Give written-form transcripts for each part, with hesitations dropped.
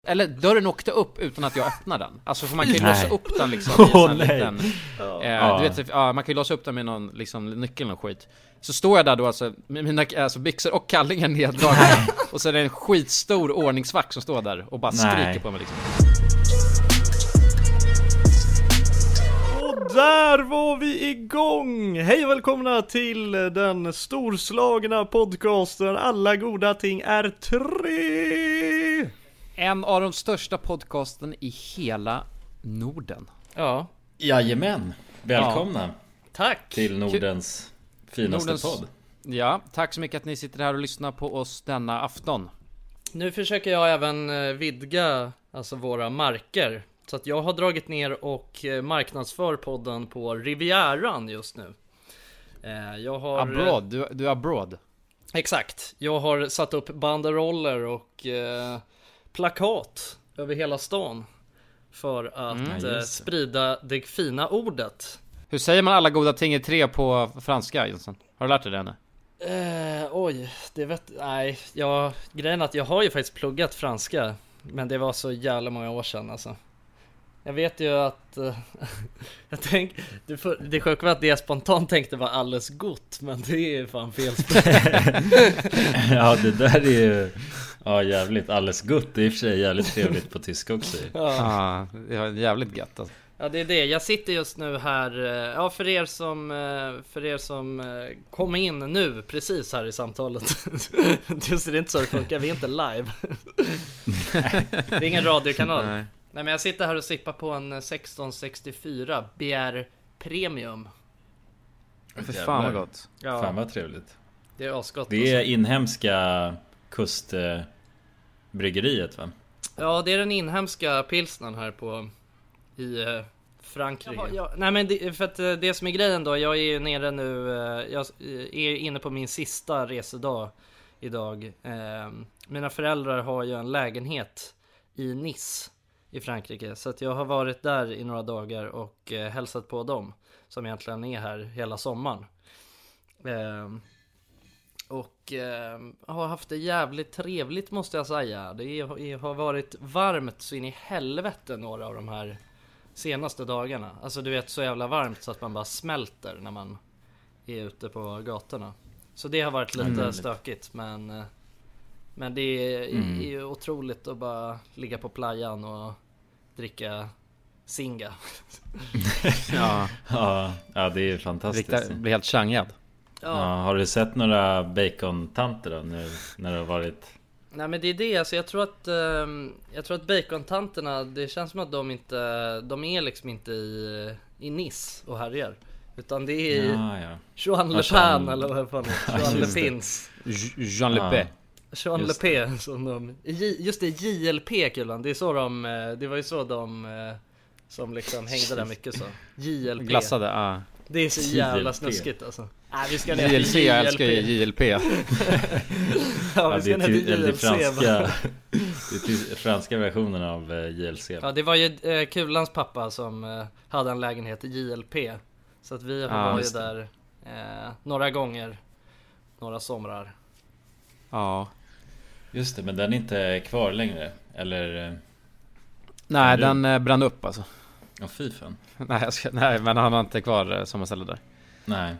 eller dörren åkte upp utan att jag öppnade den. Alltså för man kan ju låsa upp den liksom i en liten, du vet, man kan ju låsa upp den med någon liksom nyckel och skit. Så står jag där då alltså med mina byxor och kallingar neddragna och så är det en skitstor ordningsvakt som står där och bara skriker på mig liksom. Där var vi igång! Hej och välkomna till den storslagna podcasten Alla goda ting är tre. En av de största podcasten i hela Norden. Ja. Jajamän, välkomna. Tack. Till Nordens finaste podd. Ja, tack så mycket att ni sitter här och lyssnar på oss denna afton. Nu försöker jag även vidga alltså våra marker. Så att jag har dragit ner och marknadsför podden på Rivieran just nu. Jag har abroad, du är abroad. Exakt. Jag har satt upp banderoller och plakat över hela stan för att sprida det fina ordet. Hur säger man alla goda ting är tre på franska, Jonsson? Har du lärt dig det ännu? Det vet... Nej, grejen är att jag har ju faktiskt pluggat franska. Men det var så jävla många år sedan alltså. Jag vet ju att jag tänk, det sjuka var att det jag spontant tänkte var alldeles gott. Men det är fan fel. Ja, det där är ju jävligt alldeles gott. Det är i och för sig jävligt trevligt på tyska också. Ja, det är jävligt gött alltså. Ja, det är det. Jag sitter just nu här. Ja, för er som kom in nu precis här i samtalet. Just det är inte så det funkar. Vi är inte live. Det är ingen radiokanal. Nej, men jag sitter här och sippar på en 1664 BR Premium. För fan vad gott. Ja. Fan vad trevligt. Det är asgott. Det är inhemska kustbryggeriet, va? Ja, det är den inhemska pilsnern här i Frankrike. Nej, men för att det som är grejen då, jag är nere nu, jag är inne på min sista resedag idag. Mina föräldrar har ju en lägenhet i Nice i Frankrike, så att jag har varit där i några dagar och hälsat på dem som egentligen är här hela sommaren. Och har haft det jävligt trevligt, måste jag säga. Det har varit varmt så in i helvete några av de här senaste dagarna. Alltså du vet, så jävla varmt så att man bara smälter när man är ute på gatorna. Så det har varit lite stökigt, men det är ju otroligt att bara ligga på playan och dricka singa. Ja, det är fantastiskt. Riktigt, blir helt changad. Ja, har du sett några bacontanter då nu när det har varit? Nej, men det är det, alltså jag tror att bacontanterna, det känns som att de är liksom inte i Nice och härjar, utan det är Jean Le Pen eller vad fan är det? Jean Le Pins. Jean Le Pen. Jean Le Pen som de, just det, JLP kullan, det är så det var ju så de som liksom hängde där mycket så. JLP. Glassade, Det är så jävla snuskigt alltså. Vi ska ner JLC, jag älskar ju JLP. Ja, vi ska ner till JLC. Det är franska versionen av JLC. Ja, det var ju Kulans pappa som hade en lägenhet i JLP. Så att vi var ju där några gånger, några somrar. Ja. Just det, men den är inte kvar längre, eller? Nej, den brann upp alltså. Ja, fy fan. Nej, men han har inte kvar sommarställe där. Nej.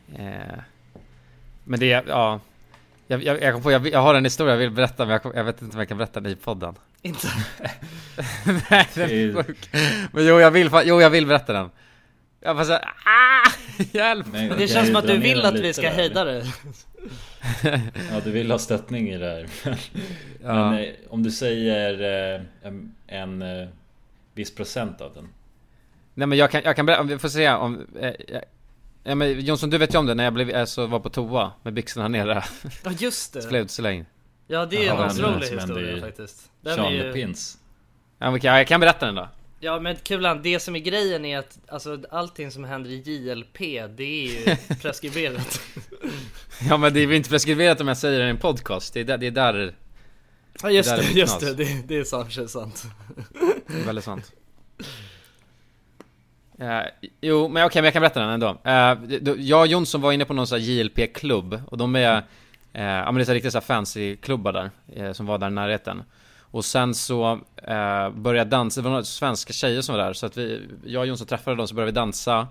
Men det, ja. Jag har en historia jag vill berätta, men jag vet inte om jag kan berätta den i podden. Inte. Nej, det är sjuk. Men jag vill berätta den. Jag bara så hjälp. Nej, det känns som att du vill att vi ska hejda det. Ja, du vill ha stöttning i det här. Men om du säger en viss procent av den. Nej, men jag kan berätta, vi får se om men Jonsson, du vet ju om det när jag var på toa med byxorna nere. Ja, just det. Flödslängd. Ja, det är en otrolig historia faktiskt. Jean Le Pins. Ja, jag kan berätta den då. Ja, men kulan, det som är grejen är att alltså, allting som händer i JLP, det är ju preskriberat. Ja, men det är ju inte preskriberat om jag säger det i en podcast. Det är där. Ja, just det. Det är sant. Det är väldigt sant. Jo, men okej, men jag kan berätta den ändå. Jag och Jonsson var inne på någon sån här JLP-klubb. Och de är men det är så riktigt så fancy klubbar där som var där i närheten. Och sen så började jag dansa. Det var några svenska tjejer som var där. Så att jag och Jonsson träffade dem, så började vi dansa.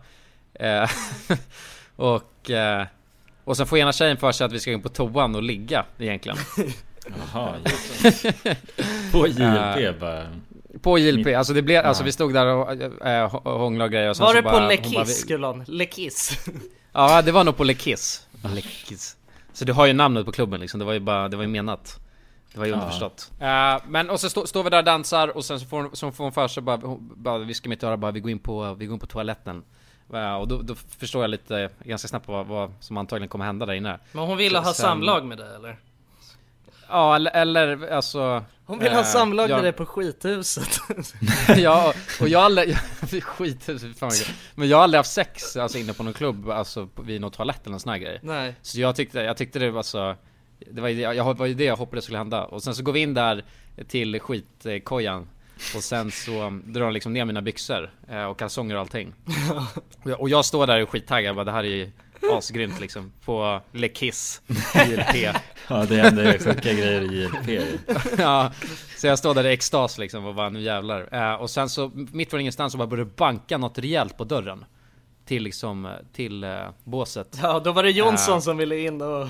Och sen får ena tjejen för sig att vi ska gå in på toan och ligga egentligen. Jaha. På JLP bara. På JLP, alltså det blev, alltså vi stod där och hånglade och grejer. Och sen var så det på Lekiss, Gulan? Lekiss? Ja, det var nog på Lekiss. Så du har ju namnet på klubben liksom. Det var ju menat. Det var ju underförstått. Men och så står vi där och dansar. Och sen så får hon för sig bara vi ska inte höra, bara vi går in på toaletten. Och då förstår jag lite ganska snabbt vad som antagligen kommer hända där inne. Men hon ville ha samlag med dig, eller? Ja, eller alltså... Hon vill ha samlag med dig på skithuset. Ja, och jag har aldrig... skithuset, fan vad grej. Men jag har aldrig haft sex alltså, inne på någon klubb, alltså vid någon toalett eller någon sån här grej. Nej. Så jag tyckte det var så... Det var ju det jag hoppades skulle hända. Och sen så går vi in där till skitkojan. Och sen så drar de liksom ner mina byxor och kalsonger och allting. Och jag står där och skittaggad, bara det här är ju asgrymt liksom. På Lekiss JLP. Ja, det händer ju sjuka grejer i JLP. Ja, så jag står där i extas liksom och bara nu jävlar. Och sen så mitt från ingenstans så bara började banka något rejält på dörren. Till båset. Ja, då var det Jonsson som ville in och...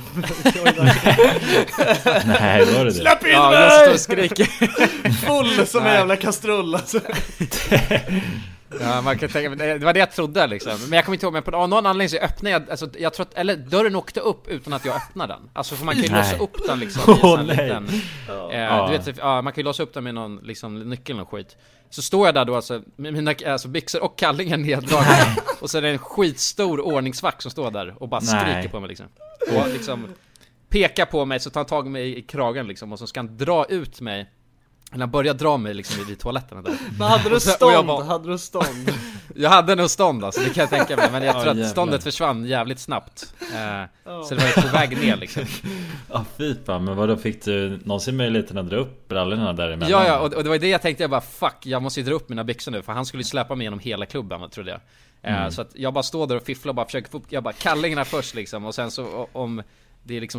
Nej, var det? Släpp in mig! Ja, jag står och skriker. Full som en jävla kastrull alltså. Ja, man kan tänka, det var det jag trodde liksom. Men jag kommer inte ihåg, men på någon anledning så öppnade jag, alltså, jag tror att, eller dörren åkte upp utan att jag öppnade den. Alltså för man kan ju låsa upp den liksom i en liten, du vet, man kan ju låsa upp den med någon liksom, nyckel och skit. Så står jag där då alltså, med mina byxor och kallingen neddragna. Och så är det en skitstor ordningsvakt som står där och bara skriker på mig liksom. Och liksom pekar på mig, så tar han tag i mig i kragen liksom. Och så ska han dra ut mig. Eller han börjar dra mig liksom i toaletterna där. Men hade du stånd? Jag hade nog stånd alltså, det kan jag tänka mig. Men jag tror att ståndet försvann jävligt snabbt. Så det var ju på väg ner liksom. Ja, fy fan, men vadå, fick du någonsin möjligheten att dra upp brallorna däremellan? Ja, och det var det jag tänkte, jag bara fuck, jag måste ju dra upp mina byxor nu. För han skulle ju släppa mig genom hela klubben, trodde jag. Så att jag bara står där och fifflar och bara försöker få upp, jag bara kallingarna först liksom. Och sen så om det är liksom...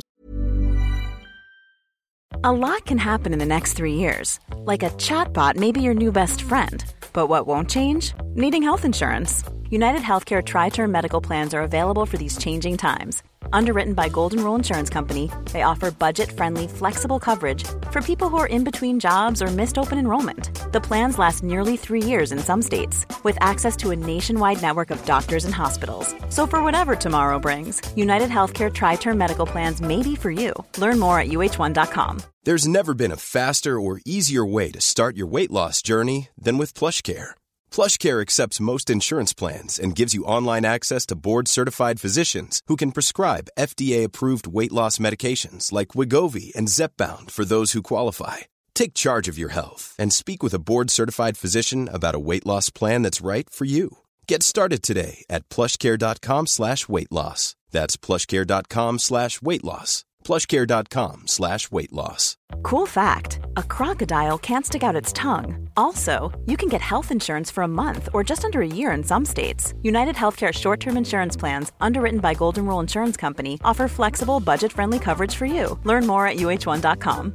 A lot can happen in the next 3 years. Like a chatbot may be your new best friend. But what won't change? Needing health insurance. United Healthcare Tri-Term Medical Plans are available for these changing times. Underwritten by Golden Rule Insurance Company, they offer budget-friendly, flexible coverage for people who are in between jobs or missed open enrollment. The plans last nearly 3 years in some states, with access to a nationwide network of doctors and hospitals. So for whatever tomorrow brings, United Healthcare Tri-Term Medical Plans may be for you. Learn more at uh1.com. There's never been a faster or easier way to start your weight loss journey than with PlushCare. PlushCare accepts most insurance plans and gives you online access to board-certified physicians who can prescribe FDA-approved weight loss medications like Wegovy and Zepbound for those who qualify. Take charge of your health and speak with a board-certified physician about a weight loss plan that's right for you. Get started today at plushcare.com/weightloss. That's plushcare.com/weightloss. plushcare.com/weightloss. Cool fact, a crocodile can't stick out its tongue. Also, you can get health insurance for a month or just under a year in some states. United Healthcare short-term insurance plans, underwritten by Golden Rule Insurance Company, offer flexible, budget-friendly coverage for you. Learn more at uh1.com.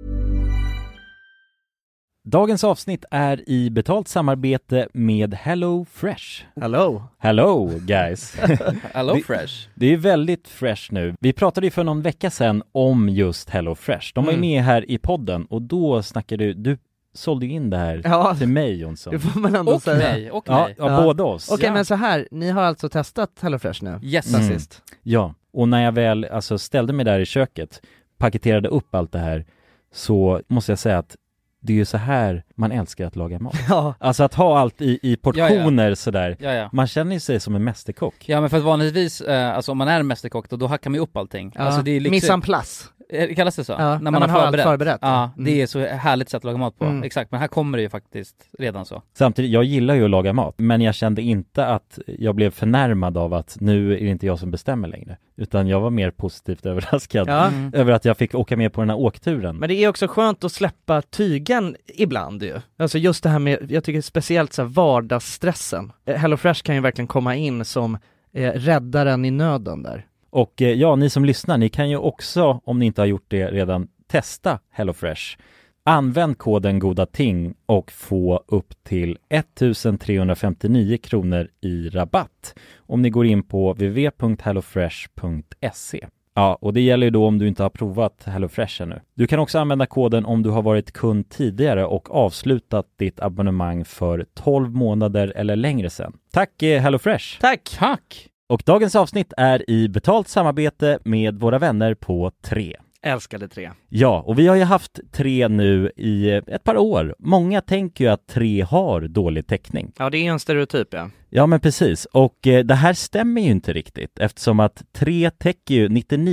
Dagens avsnitt är i betalt samarbete med Hello Fresh. Hello guys. Hello Fresh. Det är väldigt fresh nu. Vi pratade ju för någon vecka sedan om just Hello Fresh. De var ju med här i podden och då snackade du sålde in det här till mig, Jonsson. Det får man ändå säga. Och mig. Ja, båda oss. Okej, men så här, ni har alltså testat Hello Fresh nu? Yes. Sist. Ja, och när jag väl ställde mig där i köket, paketerade upp allt det här, så måste jag säga att det är ju så här man älskar att laga mat. Ja. Alltså att ha allt i portioner sådär. Ja. Man känner sig som en mästerkock. Ja, men för att vanligtvis, alltså om man är en mästerkock då hackar man ju upp allting. Ja. Alltså det är mise en place. Kallas det så? Ja, när man har förberett. Ja, det är så härligt sätt att laga mat på. Exakt, men här kommer det ju faktiskt redan så. Samtidigt, jag gillar ju att laga mat, men jag kände inte att jag blev förnärmad av att nu är det inte jag som bestämmer längre. Utan jag var mer positivt överraskad över att jag fick åka med på den här åkturen. Men det är också skönt att släppa tygen ibland ju. Alltså just det här med, jag tycker speciellt så här vardagsstressen. HelloFresh kan ju verkligen komma in som räddaren i nöden där. Och ja, ni som lyssnar, ni kan ju också, om ni inte har gjort det redan, testa HelloFresh. Använd koden GODATING och få upp till 1359 kronor i rabatt om ni går in på www.hellofresh.se. Ja, och det gäller ju då om du inte har provat HelloFresh ännu. Du kan också använda koden om du har varit kund tidigare och avslutat ditt abonnemang för 12 månader eller längre sedan. Tack HelloFresh! Tack! Och dagens avsnitt är i betalt samarbete med våra vänner på 3. Älskade 3. Ja, och vi har ju haft 3 nu i ett par år. Många tänker ju att 3 har dålig täckning. Ja, det är en stereotyp, ja. Ja, men precis. Och det här stämmer ju inte riktigt eftersom att 3 täcker ju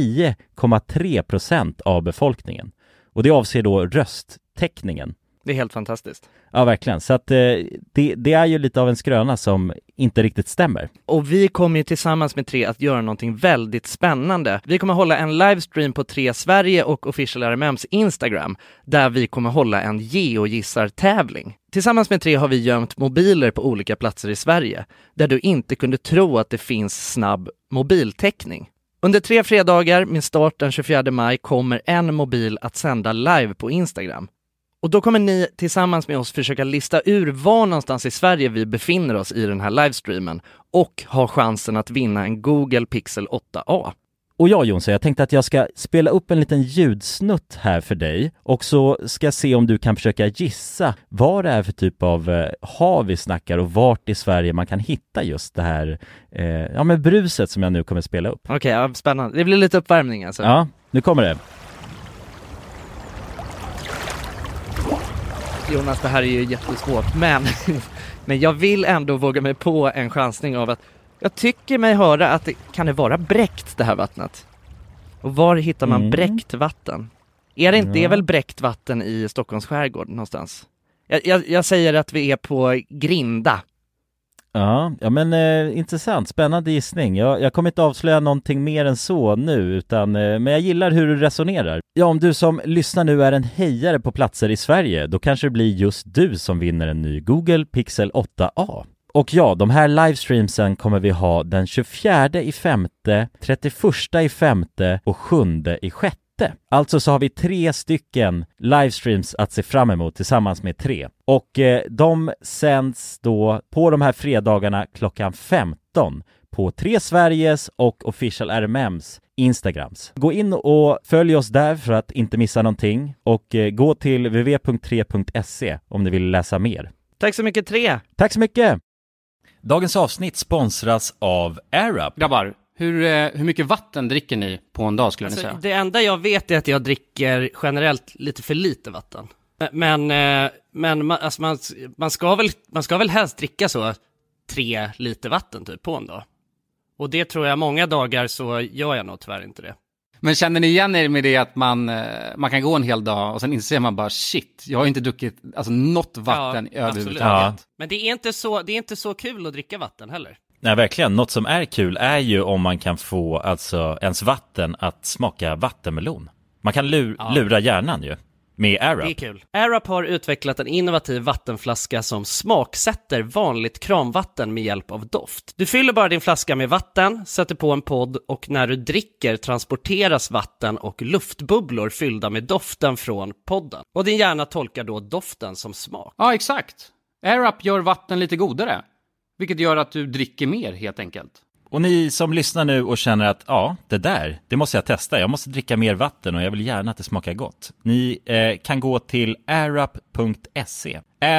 99,3% av befolkningen. Och det avser då rösttäckningen. Det är helt fantastiskt. Ja, verkligen. Så att det är ju lite av en skröna som inte riktigt stämmer. Och vi kommer ju tillsammans med 3 att göra någonting väldigt spännande. Vi kommer hålla en livestream på 3 Sverige och Official RMMs Instagram där vi kommer hålla en geogissartävling. Tillsammans med 3 har vi gömt mobiler på olika platser i Sverige där du inte kunde tro att det finns snabb mobiltäckning. Under 3 fredagar med start den 24 maj kommer en mobil att sända live på Instagram. Och då kommer ni tillsammans med oss försöka lista ur var någonstans i Sverige vi befinner oss i den här livestreamen och ha chansen att vinna en Google Pixel 8a. Och ja, Jonsson, jag tänkte att jag ska spela upp en liten ljudsnutt här för dig och så ska jag se om du kan försöka gissa vad det är för typ av hav vi snackar och vart i Sverige man kan hitta just det här med bruset som jag nu kommer spela upp. Okej, ja, spännande. Det blir lite uppvärmning alltså. Ja, nu kommer det. Jonas, det här är ju jättesvårt, men jag vill ändå våga mig på en chansning av att jag tycker mig höra att kan det vara bräckt det här vattnet? Och var hittar man bräckt vatten? Är det inte, det är väl bräckt vatten i Stockholms skärgård någonstans? Jag säger att vi är på Grinda. Ja men intressant, spännande gissning. Jag kommer inte avslöja någonting mer än så nu men jag gillar hur du resonerar. Ja, om du som lyssnar nu är en hejare på platser i Sverige, då kanske det blir just du som vinner en ny Google Pixel 8a. Och ja, de här livestreamsen kommer vi ha den 24/5, 31/5 och 7/6. Alltså så har vi 3 stycken livestreams att se fram emot tillsammans med 3. Och de sänds då på de här fredagarna klockan 15 på 3 Sveriges och Official RMMs Instagrams. Gå in och följ oss där för att inte missa någonting och gå till www.3.se om ni vill läsa mer. Tack så mycket 3! Tack så mycket! Dagens avsnitt sponsras av AirUp. Grabbar, hur mycket vatten dricker ni på en dag skulle ni säga? Det enda jag vet är att jag dricker generellt lite för lite vatten. Men man ska väl helst dricka så 3 liter vatten typ på en dag. Och det tror jag många dagar så gör jag nog tyvärr inte det. Men känner ni igen er med det att man kan gå en hel dag och sen inser man bara shit, jag har inte druckit något vatten överhuvudtaget. Ja. Men det är inte så kul att dricka vatten heller. Nej, verkligen. Något som är kul är ju om man kan få ens vatten att smaka vattenmelon. Man kan lura hjärnan ju med AirUp. Det är kul. AirUp har utvecklat en innovativ vattenflaska som smaksätter vanligt kranvatten med hjälp av doft. Du fyller bara din flaska med vatten, sätter på en podd och när du dricker transporteras vatten och luftbubblor fyllda med doften från podden. Och din hjärna tolkar då doften som smak. Ja, exakt. AirUp gör vatten lite godare, vilket gör att du dricker mer helt enkelt. Och ni som lyssnar nu och känner att det måste jag testa. Jag måste dricka mer vatten och jag vill gärna att det smakar gott. Ni kan gå till airup.se.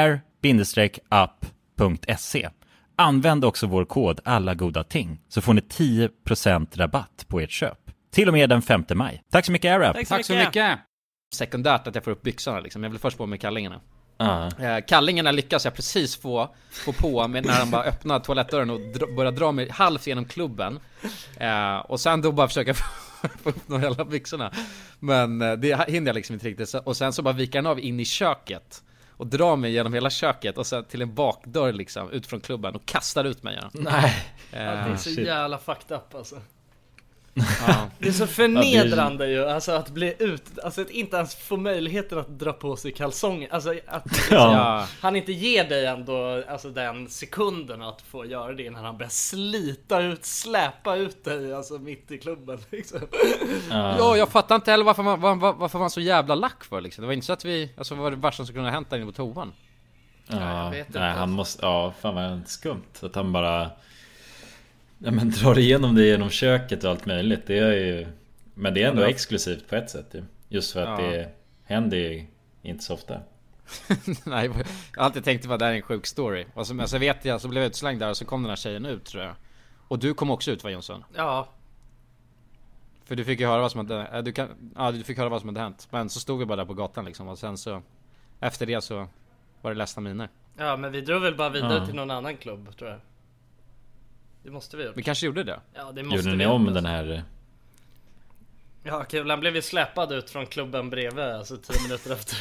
air-up.se. Använd också vår kod alla goda ting så får ni 10% rabatt på ert köp. Till och med den 5 maj. Tack så mycket AirUp. Tack så mycket. Sekundärt att jag får upp byxorna liksom. Jag vill först på med kallingarna. Kallingarna lyckas jag precis få på med när de bara öppnar toalettdörren och börjar dra mig halvt genom klubben och sen då bara försöka få upp några hela byxorna, men det hinner jag liksom inte riktigt, och sen så bara vikar den av in i köket och drar mig genom hela köket och sen till en bakdörr liksom ut från klubben och kastar ut mig. Nej, det är så jävla fucked up alltså. Ja. Det är så förnedrande ju, alltså att bli alltså att inte ens få möjligheten att dra på sig kalsonger. Alltså att han inte ger dig ändå alltså den sekunden att få göra det när han börjar släpa ut dig alltså mitt i klubben liksom. Ja, jag fattar inte heller varför man så jävla lack för liksom. Det var inte så att alltså var det värsta som kunde ha hänt där inne på toan. Nej, han måste, fan vad skumt att han bara drar igenom det genom köket och allt möjligt. Det är ju, men det är ändå exklusivt på ett sätt ju. Just för att det händer ju inte så ofta. Nej, jag har alltid tänkt att det här är en sjuk story. Och så vet jag, så blev jag utslängd där och så kom den här tjejen ut tror jag. Och du kom också ut, va Jonsson? Ja. För du fick ju höra vad som hade du fick höra vad som hade hänt. Men så stod vi bara där på gatan liksom. Och sen så efter det så var det ledsna miner. Ja, men vi drog väl bara vidare till någon annan klubb tror jag. Det måste vi gjort. Vi kanske gjorde det. Ja, det måste gjorde ni om den här? Ja, kul. Han blev ju släpad ut från klubben bredvid alltså 10 minuter efter.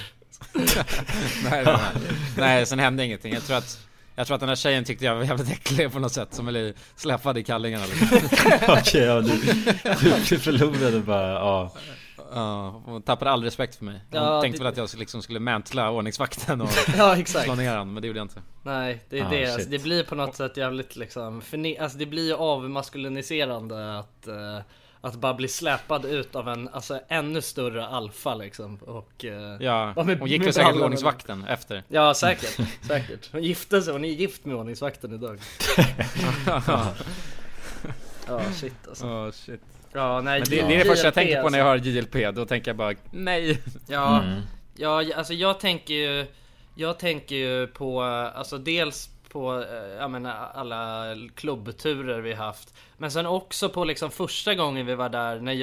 Nej, sen hände ingenting. Jag tror att den här tjejen tyckte jag var jävligt äcklig på något sätt. Som väl släppade i kallingarna. Okej, du förlorade bara. Ja, hon tappade all respekt för mig. Hon tänkte väl att jag liksom skulle mantla ordningsvakten och slå ner han, men det gjorde jag inte. Nej, det är det. Alltså, det blir på något sätt jävligt liksom alltså det blir ju avmaskuliniserande att bara bli släpad ut av en alltså ännu större alfa liksom. Och hon gick väl säkert ordningsvakten efter. Ja, säkert. Hon gifte sig, hon är gift med ordningsvakten idag. Shit alltså. Shit. Ja, nej, men det är det första jag tänker på när jag hör JLP. Då tänker jag bara, nej. Ja, alltså jag tänker ju på alltså dels på jag menar alla klubbturer vi haft. Men sen också på liksom första gången vi var där när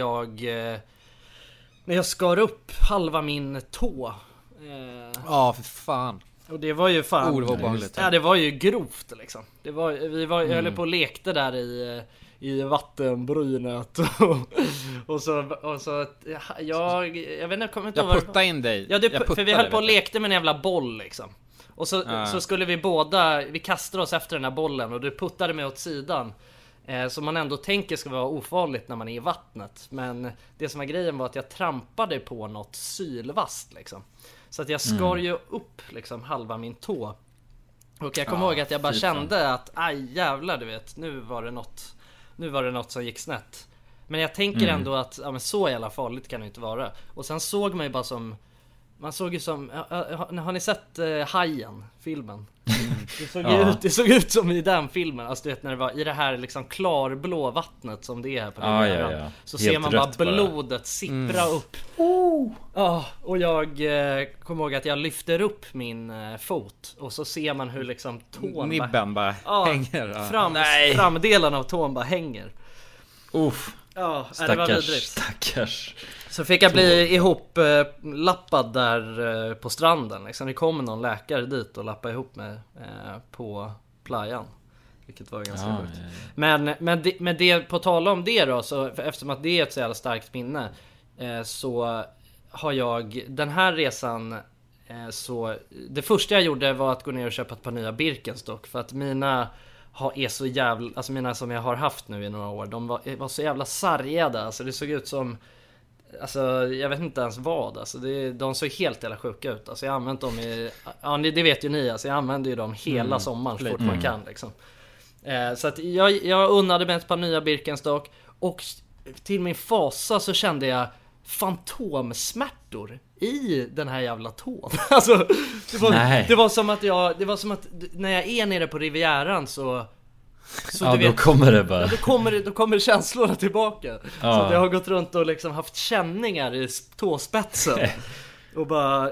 jag skar upp halva min tå. För fan. Och det var ju fan obehagligt. Ja, det var ju grovt liksom. Vi höll på och lekte där i vattenbrynet och så jag vet inte, jag kommer inte ihåg. Jag puttade in dig. Ja, för vi höll på och lekte med en jävla boll liksom. Och så skulle vi kastade oss efter den här bollen och du puttade mig åt sidan. Som man ändå tänker ska vara ofarligt när man är i vattnet. Men det som var grejen var att jag trampade på något sylvast liksom. Så att jag skar ju upp liksom halva min tå. Och jag kommer ihåg att jag bara kände att aj jävlar, du vet, nu var det något som gick snett. Men jag tänker ändå att men så jävla farligt kan det inte vara. Och sen såg man ju bara som har ni sett Hajen filmen? Det såg ut som i den filmen. Alltså du vet när det var i det här liksom klarblå vattnet som det är på den här. Så helt ser man bara blodet sippra upp. Och jag kommer ihåg att jag lyfter upp min fot och så ser man hur liksom tån nibben bara hänger. Framdelen av tån bara hänger. Det var vidrigt. Stackars. Så fick jag bli ihop lappad där på stranden liksom. Det kom någon läkare dit och lappade ihop mig på playan. Vilket var ganska sjukt. Men det på tal om det då, så eftersom att det är ett så jävla starkt minne, så har jag den här resan så det första jag gjorde var att gå ner och köpa ett par nya Birkenstock, för att mina är så jävla, alltså mina som jag har haft nu i några år, de var så jävla sargade, alltså det såg ut som, alltså jag vet inte ens vad, alltså de såg helt jävla sjuka ut. Alltså jag har använt dem det vet ju ni, alltså jag använder ju dem hela sommaren så fort man kan liksom. Så att jag unnade mig ett par nya Birkenstock och till min fasa så kände jag fantomsmärtor i den här jävla tån. Alltså det var som att när jag är nere på Rivieran så du vet, då kommer det bara. Då kommer känslorna tillbaka. Så att jag har gått runt och liksom haft känningar i tåspetsen. Och bara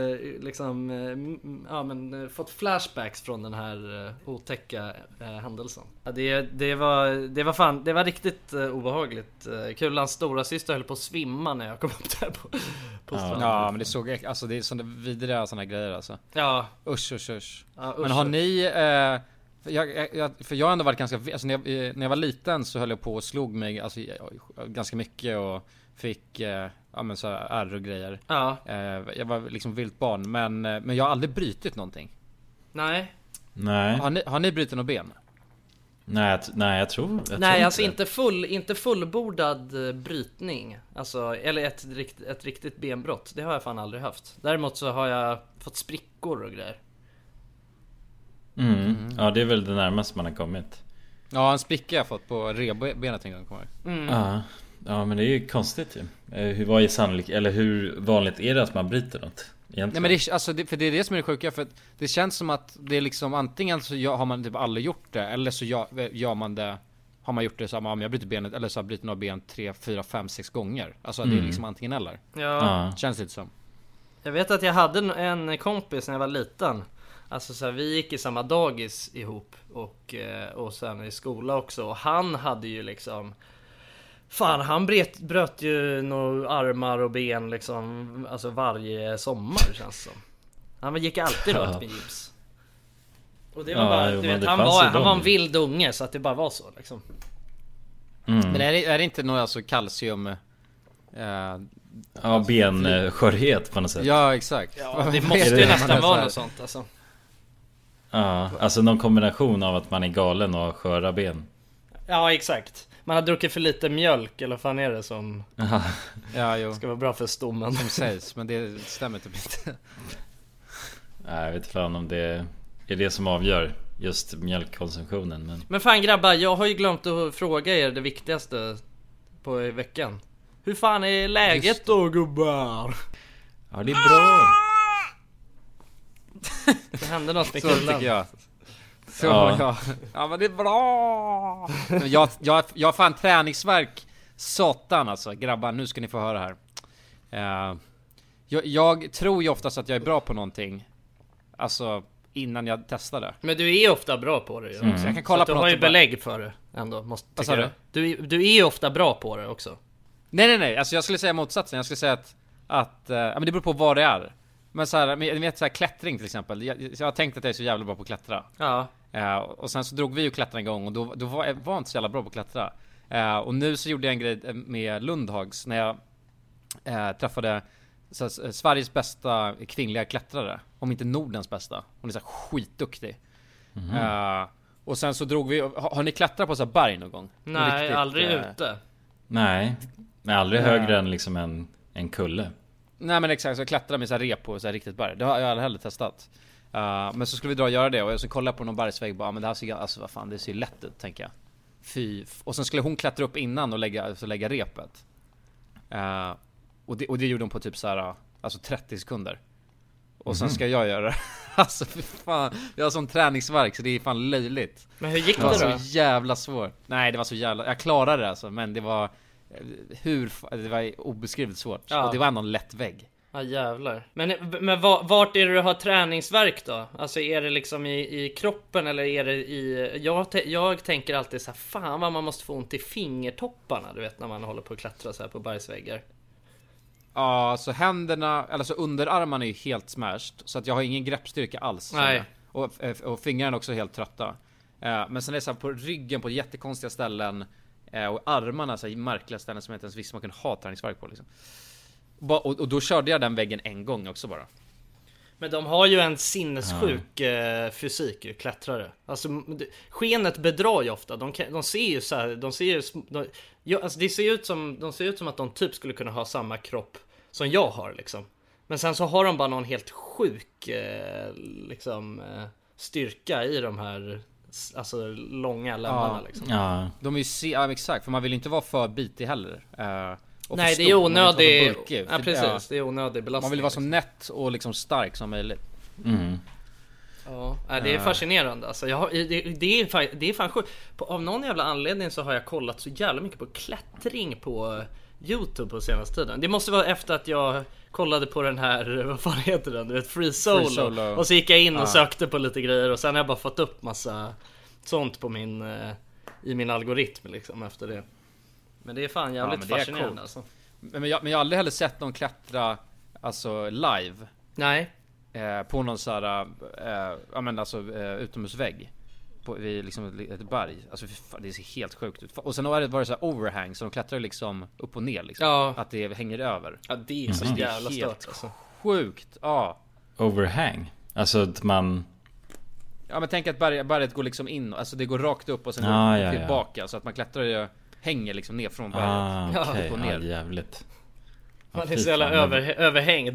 fått flashbacks från den här otäcka händelsen. Ja, det var riktigt obehagligt. Kulans stora syster höll på att svimma när jag kom upp där på stranden. Ja, men det såg, alltså det är sådana vidriga sådana grejer alltså. Ja. Usch. Ja, men har ni för jag har ändå varit ganska, alltså när jag var liten så höll jag på och slog mig alltså ganska mycket och fick så ärr och grejer. Ja. Jag var liksom vilt barn, men jag har aldrig brytit någonting. Nej. Har ni brutit något ben? Nej, jag tror alltså inte fullbordad brytning. Alltså, eller ett riktigt benbrott. Det har jag fan aldrig haft. Däremot så har jag fått sprickor och grejer. Ja, det är väl det närmaste man har kommit. Ja, en spricka jag fått på revbenet en gång kommer. Ja, men det är ju konstigt ju. Hur vanligt är det att man bryter något? Egentligen? Nej, men för det är det som är det sjuka. För det känns som att det är liksom antingen så har man typ aldrig gjort det, eller så gör man det. Har man gjort det så har jag brutit benet, eller så har jag brutit några ben 3, 4, 5, 6 gånger. Alltså det är liksom antingen eller. Ja. Känns lite som. Jag vet att jag hade en kompis när jag var liten. Alltså så här, vi gick i samma dagis ihop och sen i skola också. Och han hade ju liksom... Fan, han bröt ju några armar och ben liksom, alltså varje sommar känns som. Han gick alltid runt med gips. Och det var bara, du vet, han var en vild unge, så att det bara var så liksom. Men är det inte något alltså kalcium... benskörhet på något sätt. Ja, exakt. Ja, det måste ju nästan vara något sånt alltså. Ja, alltså någon kombination av att man är galen och sköra ben. Ja, exakt. Man har druckit för lite mjölk, eller vad fan är det som ska vara bra för stommen? Som sägs, men det stämmer typ inte. Nej, jag vet fan om det är det som avgör just mjölkkonsumtionen. Men fan grabbar, jag har ju glömt att fråga er det viktigaste på veckan. Hur fan är läget då, gubbar? Ja, det är bra. Det hände något med killen. Så tycker jag. Ja, men det är bra. Jag har fan träningsverk. Satan alltså, grabbar, nu ska ni få höra här. Jag tror ju oftast att jag är bra på någonting, alltså innan jag testar det. Men du är ofta bra på det ju. Så jag kan kolla på något. Du har ju belägg för det ändå, måste tycka. Du är ju ofta bra på det också. Nej, alltså jag skulle säga motsatsen. Jag skulle säga att men det beror på vad det är. Men så här, ni vet så här, klättring till exempel. Jag har tänkt att jag är så jävla bra på att klättra. Ja. Och sen så drog vi ju klättra en gång, och då var jag inte så jävla bra på att klättra. Och nu så gjorde jag en grej med Lundhags när jag träffade Sveriges bästa kvinnliga klättrare, om inte Nordens bästa. Hon är så skitduktig. Och sen så drog vi. Har ni klättrat på så här berg någon gång? Nej, riktigt, aldrig ute. Nej, aldrig högre än liksom en kulle. Nej, men exakt, så jag klättrade med så här rep på så här riktigt berg. Det har jag aldrig heller testat. Men så skulle vi dra och göra det, och jag så kollade på någon bergsvägg, bara men det här ser, alltså vad fan, det ser lätt ut, tänker jag. Fy. Och sen skulle hon klättra upp innan och lägga repet. Och det gjorde hon på typ så här, alltså 30 sekunder. Och sen ska jag göra det. Alltså för fan, jag har sån träningsverk så det är fan löjligt. Men hur gick det då? Det var så jävla svårt. Nej, det var så jävla, jag klarade det alltså, men det var det var obeskrivligt svårt. Ja. Och det var någon lätt vägg. Ja, jävlar. Men vart är det du har träningsverk då? Alltså är det liksom i kroppen, eller är det i... Jag tänker alltid så här, fan vad man måste få ont i fingertopparna, du vet, när man håller på att klättra så här på bergsväggar. Ja, så händerna, eller så underarmarna är ju helt smashed, så att jag har ingen greppstyrka alls. Nej. Och fingrarna också helt trötta. Men sen är det så här på ryggen på jättekonstiga ställen, och armarna så här, i märkliga ställen som jag inte ens visste man kunde ha träningsverk på liksom. Och då körde jag den väggen en gång också bara. Men de har ju en sinnessjuk fysik ju, klättrare. Alltså skenet bedrar ju ofta. De ser ju så här, alltså det ser ut som att de typ skulle kunna ha samma kropp som jag har liksom. Men sen så har de bara någon helt sjuk styrka i de här, alltså långa lemmarna liksom. Ja. De är ju exakt, för man vill inte vara för bitig heller. Nej, det är onödig. Ja, precis, det är onödig belastning. Man vill vara så nätt och liksom stark som möjligt. Ja, det är fascinerande alltså. Det är fan sjukt. Av någon jävla anledning så har jag kollat så jävla mycket på klättring på YouTube på senaste tiden. Det måste vara efter att jag kollade på den här, vad fan heter den? Du vet, Free Solo. Och så gick jag in och sökte på lite grejer, och sen har jag bara fått upp massa sånt på i min algoritm liksom efter det. Men det är fan jävligt fascinerande alltså. Men jag har aldrig heller sett någon klättra alltså live. Nej. På någon så här utomhusvägg vid liksom ett berg. Alltså det ser helt sjukt ut. Och sen var det så här overhang, så de klättrar liksom upp och ner liksom. Ja. Att det hänger över. Ja, det är så jävla stört alltså. Sjukt. Ja. Overhang. Alltså att man Ja, men tänk att berget går liksom in, alltså det går rakt upp och sen går tillbaka, så att man klättrar ju, hänger liksom ner från berget. Okej, okay. Jävligt. Man är så jävla överhängd.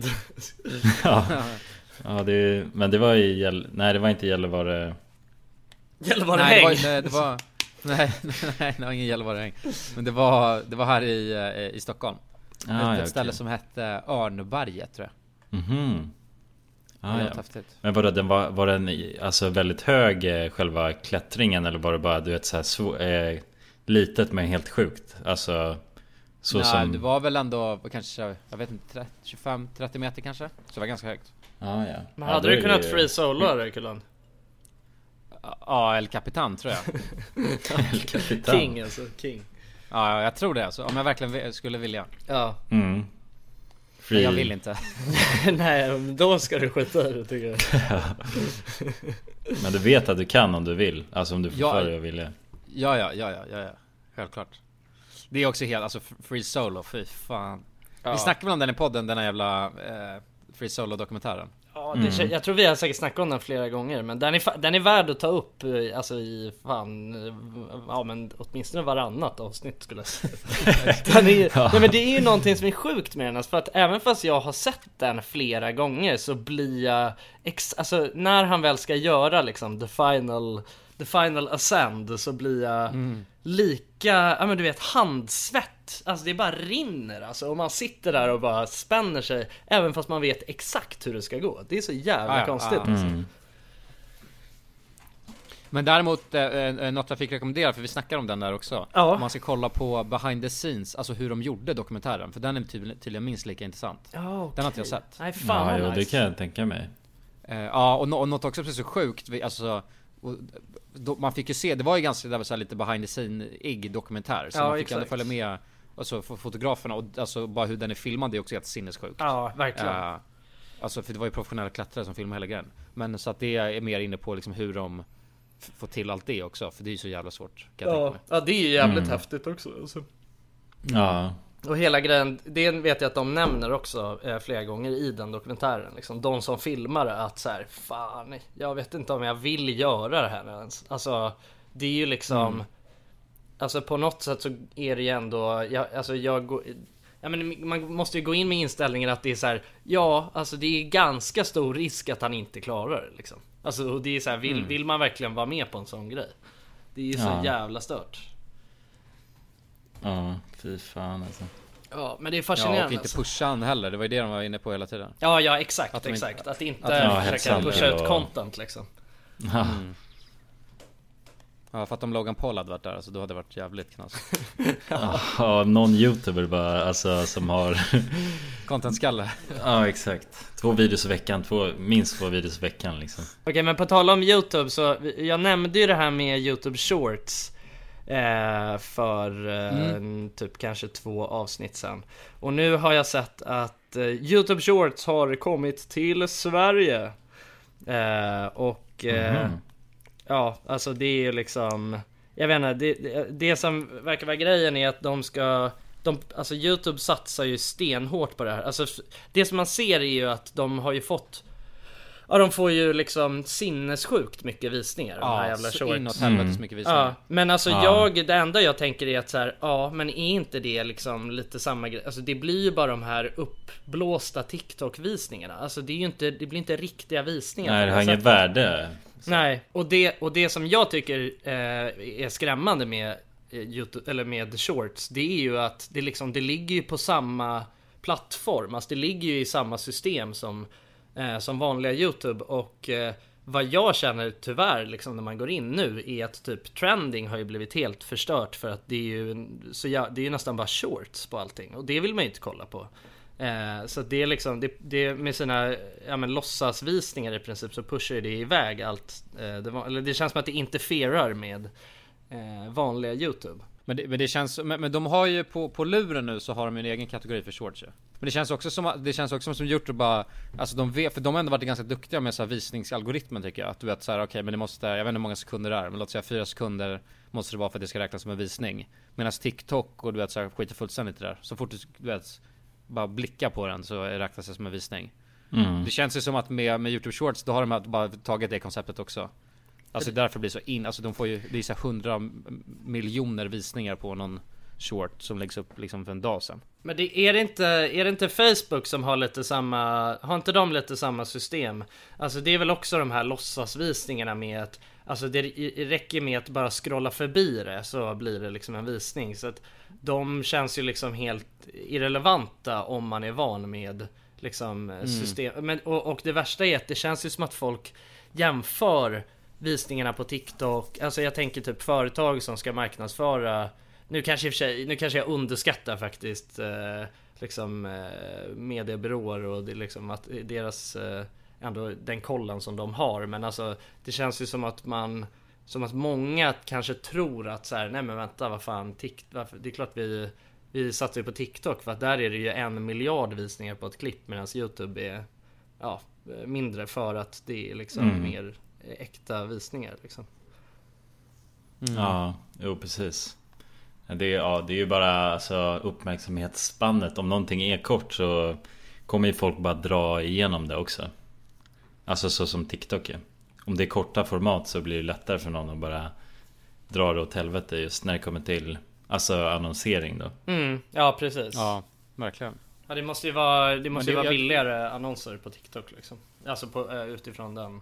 Ja, men det var i nej, det var inte Gällivare. Gällivare-häng. Nej, det var ingen Gällivare-häng. Men det var här i Stockholm. Ett ställe som hette Örneberget, tror jag. Mhm. Men var den alltså väldigt hög själva klättringen, eller var det bara, du vet, så här litet men helt sjukt? Alltså så. Nej, som... det var väl ändå kanske, jag vet inte, 25-30 meter kanske. Så det var ganska högt. Men hade du kunnat free solo där, Kulan? Ja, El Capitan, tror jag. El Capitan. King, alltså, King. Ja, jag tror det, alltså. Om jag verkligen skulle vilja. Ja. Men jag vill inte. Nej, då ska du skjuta det, tycker jag. Men du vet att du kan om du vill. Alltså om du får för dig att vilja. Ja. Självklart. Det är också helt, alltså free solo, fy fan. Vi snackade väl om den i podden, den här jävla free solo dokumentären. Ja, jag tror vi har säkert snackat om den flera gånger, men den är värd att ta upp, alltså i men åtminstone varannat avsnitt skulle jag säga. Nej, men det är ju någonting som är sjukt med den, alltså, för att även fast jag har sett den flera gånger så blir jag alltså när han väl ska göra liksom the final ascend, så blir jag lika, men du vet, handsvett. Alltså det bara rinner, alltså, och man sitter där och bara spänner sig även fast man vet exakt hur det ska gå. Det är så jävla konstigt. Alltså. Men däremot något jag fick rekommendera, för vi snackar om den där också. Om man ska kolla på behind the scenes, alltså hur de gjorde dokumentären, för den är tydligen minst lika intressant. Den har inte jag sett. Nej, fan, nice. Det kan jag tänka mig. Och något också precis så sjukt, alltså, man fick ju se, det var ju ganska, det var så här lite behind the scene-ig dokumentär, så man fick ändå följa med, alltså, fotograferna, och alltså bara hur den är filmad, det är också helt sinnessjukt. Ja, verkligen. Alltså, för det var ju professionella klättrare som filmade hela grejen. Men så att det är mer inne på liksom hur de får till allt det också, för det är ju så jävla svårt, kan jag tänka mig. Ja, det är ju jävligt häftigt också, alltså. Ja. Och hela grejen, det vet jag att de nämner också flera gånger i den dokumentären, liksom, de som filmar, att så här, fan, jag vet inte om jag vill göra det här ens. Alltså, det är ju liksom alltså på något sätt så är det ju ändå, men man måste ju gå in med inställningen att det är så här, alltså det är ganska stor risk att han inte klarar det, liksom. Alltså, och det är så här, vill man verkligen vara med på en sån grej? Det är ju så jävla stört. Ja, fy fan alltså. Ja, men det är fascinerande. Och inte pusha han heller, det var ju det de var inne på hela tiden. Ja, exakt. Att inte försöka pusha ut content, liksom. Ja, för att om Logan Paul hade varit där, alltså, då hade det varit jävligt knas. Ja, någon YouTuber bara, alltså, som har content-skalle. Ja, exakt. Minst två videos i veckan, liksom. Okej, men på tal om YouTube, så jag nämnde ju det här med YouTube Shorts för typ kanske 2 avsnitt sen. Och nu har jag sett att YouTube Shorts har kommit till Sverige. Ja, alltså det är ju liksom, jag vet inte, det som verkar vara grejen är att alltså YouTube satsar ju stenhårt på det här. Alltså det som man ser är ju att de har ju fått, de får ju liksom sinnessjukt mycket visningar, de här jävla shorts. Inåt helvetes mycket visningar. Men alltså det enda jag tänker är att så här, men är inte det liksom lite samma grej? Alltså det blir ju bara de här uppblåsta TikTok-visningarna. Alltså det blir inte riktiga visningar. Nej, det har inget värde. Så. Nej, och det som jag tycker är skrämmande med YouTube, eller med shorts, det är ju att det ligger ju på samma plattform. Alltså det ligger ju i samma system som vanliga YouTube. Och vad jag känner tyvärr liksom, när man går in nu, är att typ trending har ju blivit helt förstört, för att det är ju nästan bara shorts på allting, och det vill man ju inte kolla på. Så det är liksom det med sina låtsasvisningar i princip, så pushar det iväg allt. Det känns som att det interferar med vanliga YouTube. Men det känns, men de har ju på luren nu, så har de en egen kategori för shorts. Men det känns också som YouTube bara, alltså de vet, för de har ändå varit ganska duktiga med så här visningsalgoritmen, tycker jag. Att du vet så här, okej, men det måste, jag vet inte hur många sekunder det är, men låt säga 4 sekunder måste det vara för att det ska räknas som en visning. Medan TikTok och du vet så här, skiter fullständigt det där. Så fort du vet bara blicka på den, så räknas det som en visning. Det känns ju som att med YouTube Shorts, då har de bara tagit det konceptet också. Alltså därför blir det så alltså de får ju, det är så 100 miljoner visningar på någon short som läggs upp liksom för en dag sedan. Men är det inte Facebook som har lite samma, har inte de lite samma system? Alltså det är väl också de här låtsasvisningarna med att, alltså det räcker med att bara scrolla förbi det så blir det liksom en visning. Så att de känns ju liksom helt irrelevanta om man är van med liksom system. Men, och det värsta är att det känns ju som att folk jämför visningarna på TikTok. Alltså jag tänker typ företag som ska marknadsföra. Nu kanske jag underskattar faktiskt mediebyråer och det liksom att deras ändå den kollen som de har, men alltså det känns ju som att många kanske tror att så här, nej men vänta, vad fan det är klart vi satsar ju på TikTok för att där är det ju 1 miljard visningar på ett klipp, medan YouTube är mindre för att det är liksom mer äkta visningar liksom. Ja, jo precis. Det är ju bara alltså, uppmärksamhetsspannet. Om någonting är kort så kommer ju folk bara dra igenom det också. Alltså så som TikTok är. Om det är korta format så blir det lättare för någon att bara dra det åt helvete just när det kommer till alltså annonsering då. Ja, precis. Ja, verkligen. Ja, det måste ju vara billigare annonser på TikTok liksom. Alltså utifrån den.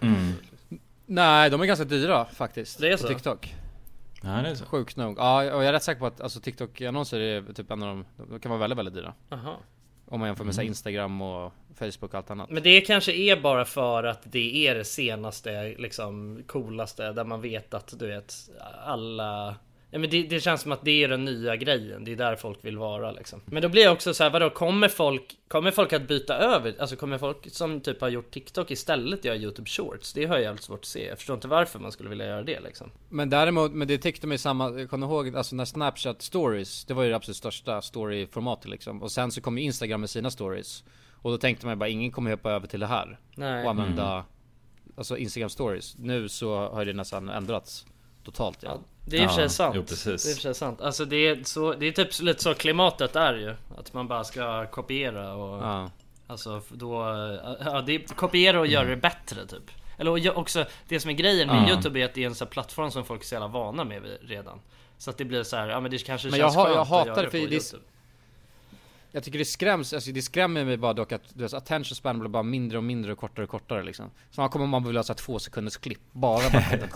Nej, de är ganska dyra faktiskt. Det är så? På TikTok. Ja, det är så. Sjukt nog. Ja, och jag är rätt säker på att alltså, TikTok-annonser är typ en av de kan vara väldigt, väldigt dyra. Aha. Om man jämför med Instagram och Facebook och allt annat. Men det kanske är bara för att det är det senaste liksom coolaste, där man vet att du vet alla. Ja, men det känns som att det är den nya grejen. Det är där folk vill vara liksom. Men då blir det också så här, vadå, kommer folk att byta över? Alltså kommer folk som typ har gjort TikTok istället göra YouTube Shorts? Det har jag jävligt svårt att se. Jag förstår inte varför man skulle vilja göra det liksom. Men däremot, men det tyckte mig samma, jag kommer ihåg alltså när Snapchat Stories, det var ju det absolut största storyformatet liksom. Och sen så kom ju Instagram med sina stories. Och då tänkte man bara, ingen kommer hoppa över till det här. Nej. Och använda alltså Instagram Stories. Nu så har det nästan ändrats totalt. Ja. Det är i och för sig sant. Jo, precis. Det är i och för sig sant. Alltså det är typ lite så klimatet är ju. Att man bara ska kopiera och alltså då det är kopiera och göra det bättre typ. Eller också det som är grejen med YouTube är att det är en sån här plattform som folk är så jävla vana med redan. Så att det blir så här, ja men det kanske men känns jag hatar att göra det för YouTube. Jag tycker det skrämmer mig bara dock att deras attention span blir bara mindre och mindre och kortare liksom. Så man kommer man vill ha så 2 sekunders klipp bara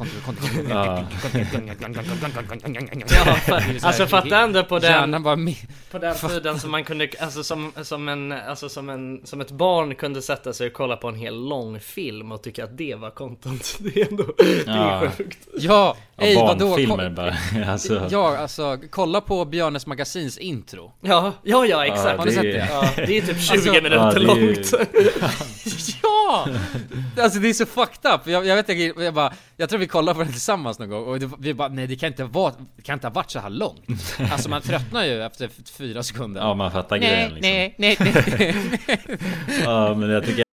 alltså fatta ändå på den tiden som man kunde alltså som ett barn kunde sätta sig och kolla på en hel lång film och tycka att det var content. Det är ändå det är sjukt. Ja, vadå? Filmer bara. Alltså. Ja, alltså kolla på Björnes magasins intro. Ja, exakt. Har du sett det? Ja, det är typ 20 minuter långt. Ja! Alltså det är så fucked up. Jag tror vi kollar på det tillsammans någon gång och vi bara, nej det kan inte ha varit så här långt. Alltså man tröttnar ju efter 4 sekunder. Ja, man fattar grejen liksom. Nej. Ja, men jag tycker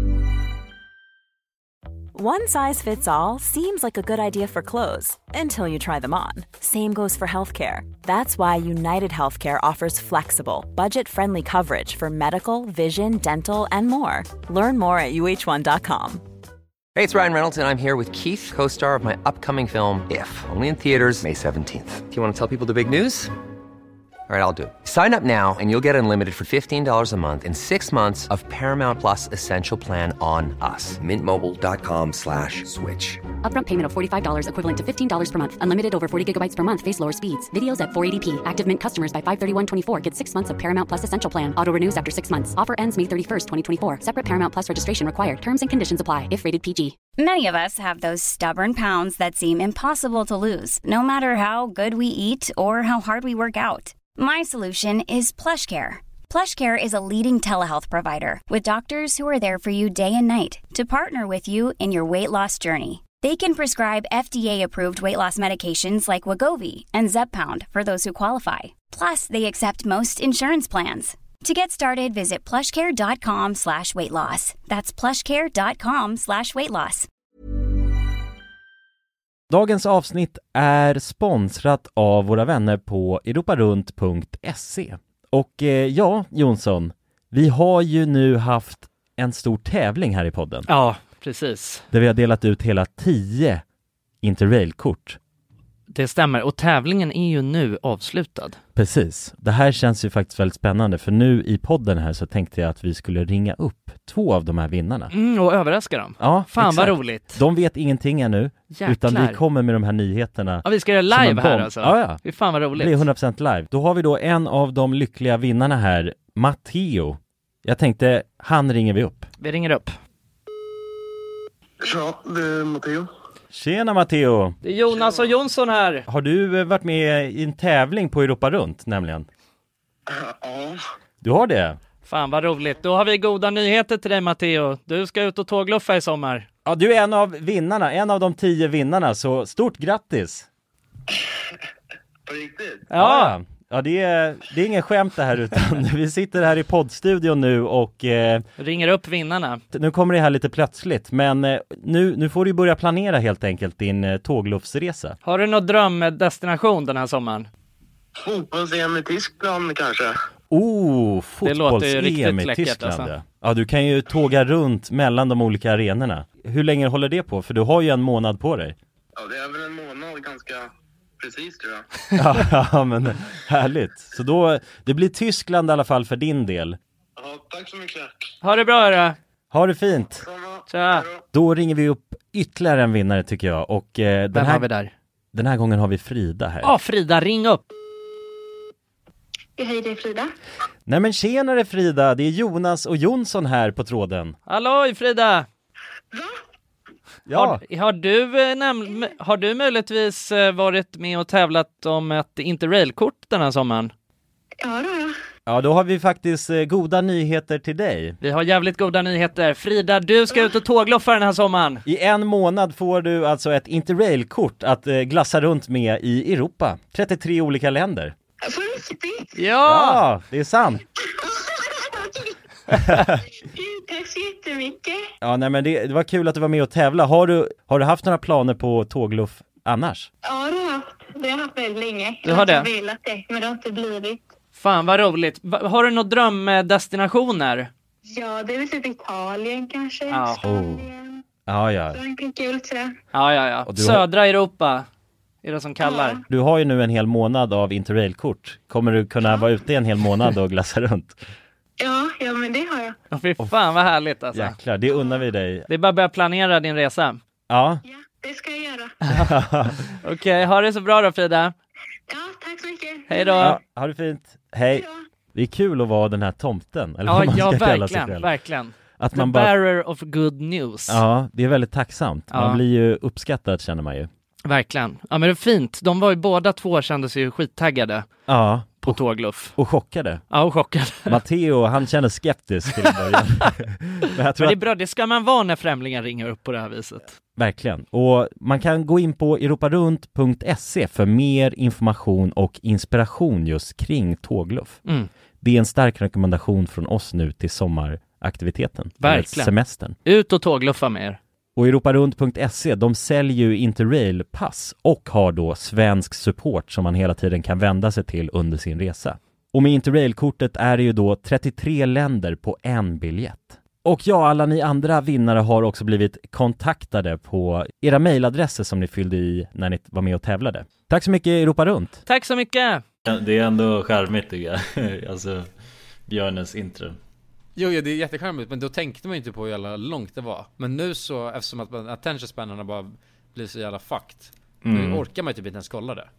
One size fits all seems like a good idea for clothes until you try them on. Same goes for healthcare. That's why United Healthcare offers flexible, budget-friendly coverage for medical, vision, dental, and more. Learn more at uh1.com. Hey, it's Ryan Reynolds, and I'm here with Keith, co-star of my upcoming film, If, only in theaters May 17th. Do you want to tell people the big news? All right, I'll do it. Sign up now and you'll get unlimited for $15 a month and 6 months of Paramount Plus Essential Plan on us. Mintmobile.com/switch. Upfront payment of $45 equivalent to $15 per month. Unlimited over 40 gigabytes per month. Face lower speeds. Videos at 480p. Active Mint customers by 531.24 get 6 months of Paramount Plus Essential Plan. Auto renews after 6 months. Offer ends May 31st, 2024. Separate Paramount Plus registration required. Terms and conditions apply if rated PG. Many of us have those stubborn pounds that seem impossible to lose, no matter how good we eat or how hard we work out. My solution is PlushCare. PlushCare is a leading telehealth provider with doctors who are there for you day and night to partner with you in your weight loss journey. They can prescribe FDA-approved weight loss medications like Wegovy and Zepbound for those who qualify. Plus, they accept most insurance plans. To get started, visit plushcare.com/weightloss. That's plushcare.com/weightloss. Dagens avsnitt är sponsrat av våra vänner på europarunt.se. Och ja, Jonsson, vi har ju nu haft en stor tävling här i podden. Ja, Precis. Där vi har delat ut hela 10 Interrail-kort. Det stämmer, och tävlingen är ju nu avslutad. Precis. Det här känns ju faktiskt väldigt spännande, för nu i podden här så tänkte jag att vi skulle ringa upp 2 av de här vinnarna. Och överraska dem. Ja, fan exakt. Vad roligt. De vet ingenting ännu. Jäklar. Utan vi kommer med de här nyheterna. Ja, vi ska göra live här alltså. Ja. Det är fan vad roligt. Det blir 100% live. Då har vi då en av de lyckliga vinnarna här, Matteo. Jag tänkte, han ringer vi upp. Vi ringer upp. Ja, det är Matteo. Tjena Matteo! Det är Jonas och Jonsson här. Har du varit med i en tävling på Europa runt nämligen? Ja. Du har det? Fan vad roligt. Då har vi goda nyheter till dig Matteo. Du ska ut och tågluffa i sommar. Ja, du är en av vinnarna, en av de 10 vinnarna, så stort grattis! På riktigt? Ja, det är ingen skämt det här, utan vi sitter här i poddstudion nu och ringer upp vinnarna. Nu kommer det här lite plötsligt, men nu får du börja planera helt enkelt din tågluffsresa. Har du någon drömdestination den här sommaren? Fotbolls-EM i Tyskland kanske. Fotbolls-EM i Tyskland. Alltså. Ja, du kan ju tåga runt mellan de olika arenorna. Hur länge håller det på? För du har ju en månad på dig. Ja, det är väl en månad ganska precis tror jag. Ja, men härligt. Så då, det blir Tyskland i alla fall för din del. Ja, tack så mycket. Ha det bra då. Ha det fint. Tja. Då ringer vi upp ytterligare en vinnare tycker jag. Och vem har vi där? Den här gången har vi Frida här. Ja, Frida, ring upp. Hej, det är Frida. Nej men tjenare Frida, det är Jonas och Jonsson här på tråden. Halloj Frida! Va? Ja. Har du möjligtvis varit med och tävlat om ett Interrail-kort den här sommaren? Ja, då är jag. Ja, då har vi faktiskt goda nyheter till dig. Vi har jävligt goda nyheter. Frida, du ska ut och tågluffa den här sommaren. I en månad får du alltså ett Interrail-kort att glassa runt med i Europa. 33 olika länder. På riktigt? Ja, det är sant. Tack så jättemycket. Ja, nej men det var kul att du var med och tävla. Har du haft några planer på tågluff annars? Ja, det har jag haft. Det har jag haft väldigt länge. Du har det? Jag har velat det, men det har inte blivit. Fan vad roligt. Har du några drömdestinationer? Ja, det är väl typ Italien kanske. Ja. Spanien. Ja. Frankrike, kul sådär. Ja. Södra Europa är det som kallar. Ja. Du har ju nu en hel månad av Interrail-kort. Kommer du kunna vara ute en hel månad och glassa runt? Ja, men det har jag. Fy fan vad härligt alltså. Jäklar, det unnar vi dig. Det är bara att börja planera din resa. Ja. Ja, det ska jag göra. Okej, ha det så bra då Frida. Ja, tack så mycket. Hej då. Ja, ha det fint. Hej. Det är kul att vara den här tomten. Eller vad man ska kalla sig själv. Verkligen. Att The man bara... bearer of good news. Ja, det är väldigt tacksamt. Man blir ju uppskattad känner man ju. Verkligen. Ja, men det är fint. De var ju båda två kände sig ju skittaggade. Ja. På tågluff. Och chockade. Ja, och chockade. Matteo, han känner skeptisk till början. Men det är bra, det ska man vara när främlingar ringer upp på det här viset. Verkligen. Och man kan gå in på europarunt.se för mer information och inspiration just kring tågluff. Det är en stark rekommendation från oss nu till sommaraktiviteten. Verkligen. Semestern. Ut och tågluffa med er. Och europarunt.se, de säljer ju Interrail-pass och har då svensk support som man hela tiden kan vända sig till under sin resa. Och med Interrail-kortet är det ju då 33 länder på en biljett. Och ja, alla ni andra vinnare har också blivit kontaktade på era mejladresser som ni fyllde i när ni var med och tävlade. Tack så mycket Europa Runt! Tack så mycket! Det är ändå charmigt tycker jag. Alltså, Björnes intro. Jo, det är jättecharmigt, men då tänkte man ju inte på hur jävla långt det var. Men nu så, eftersom att attention spanarna bara blir så jävla fucked, nu orkar man ju typ inte ens kolla det.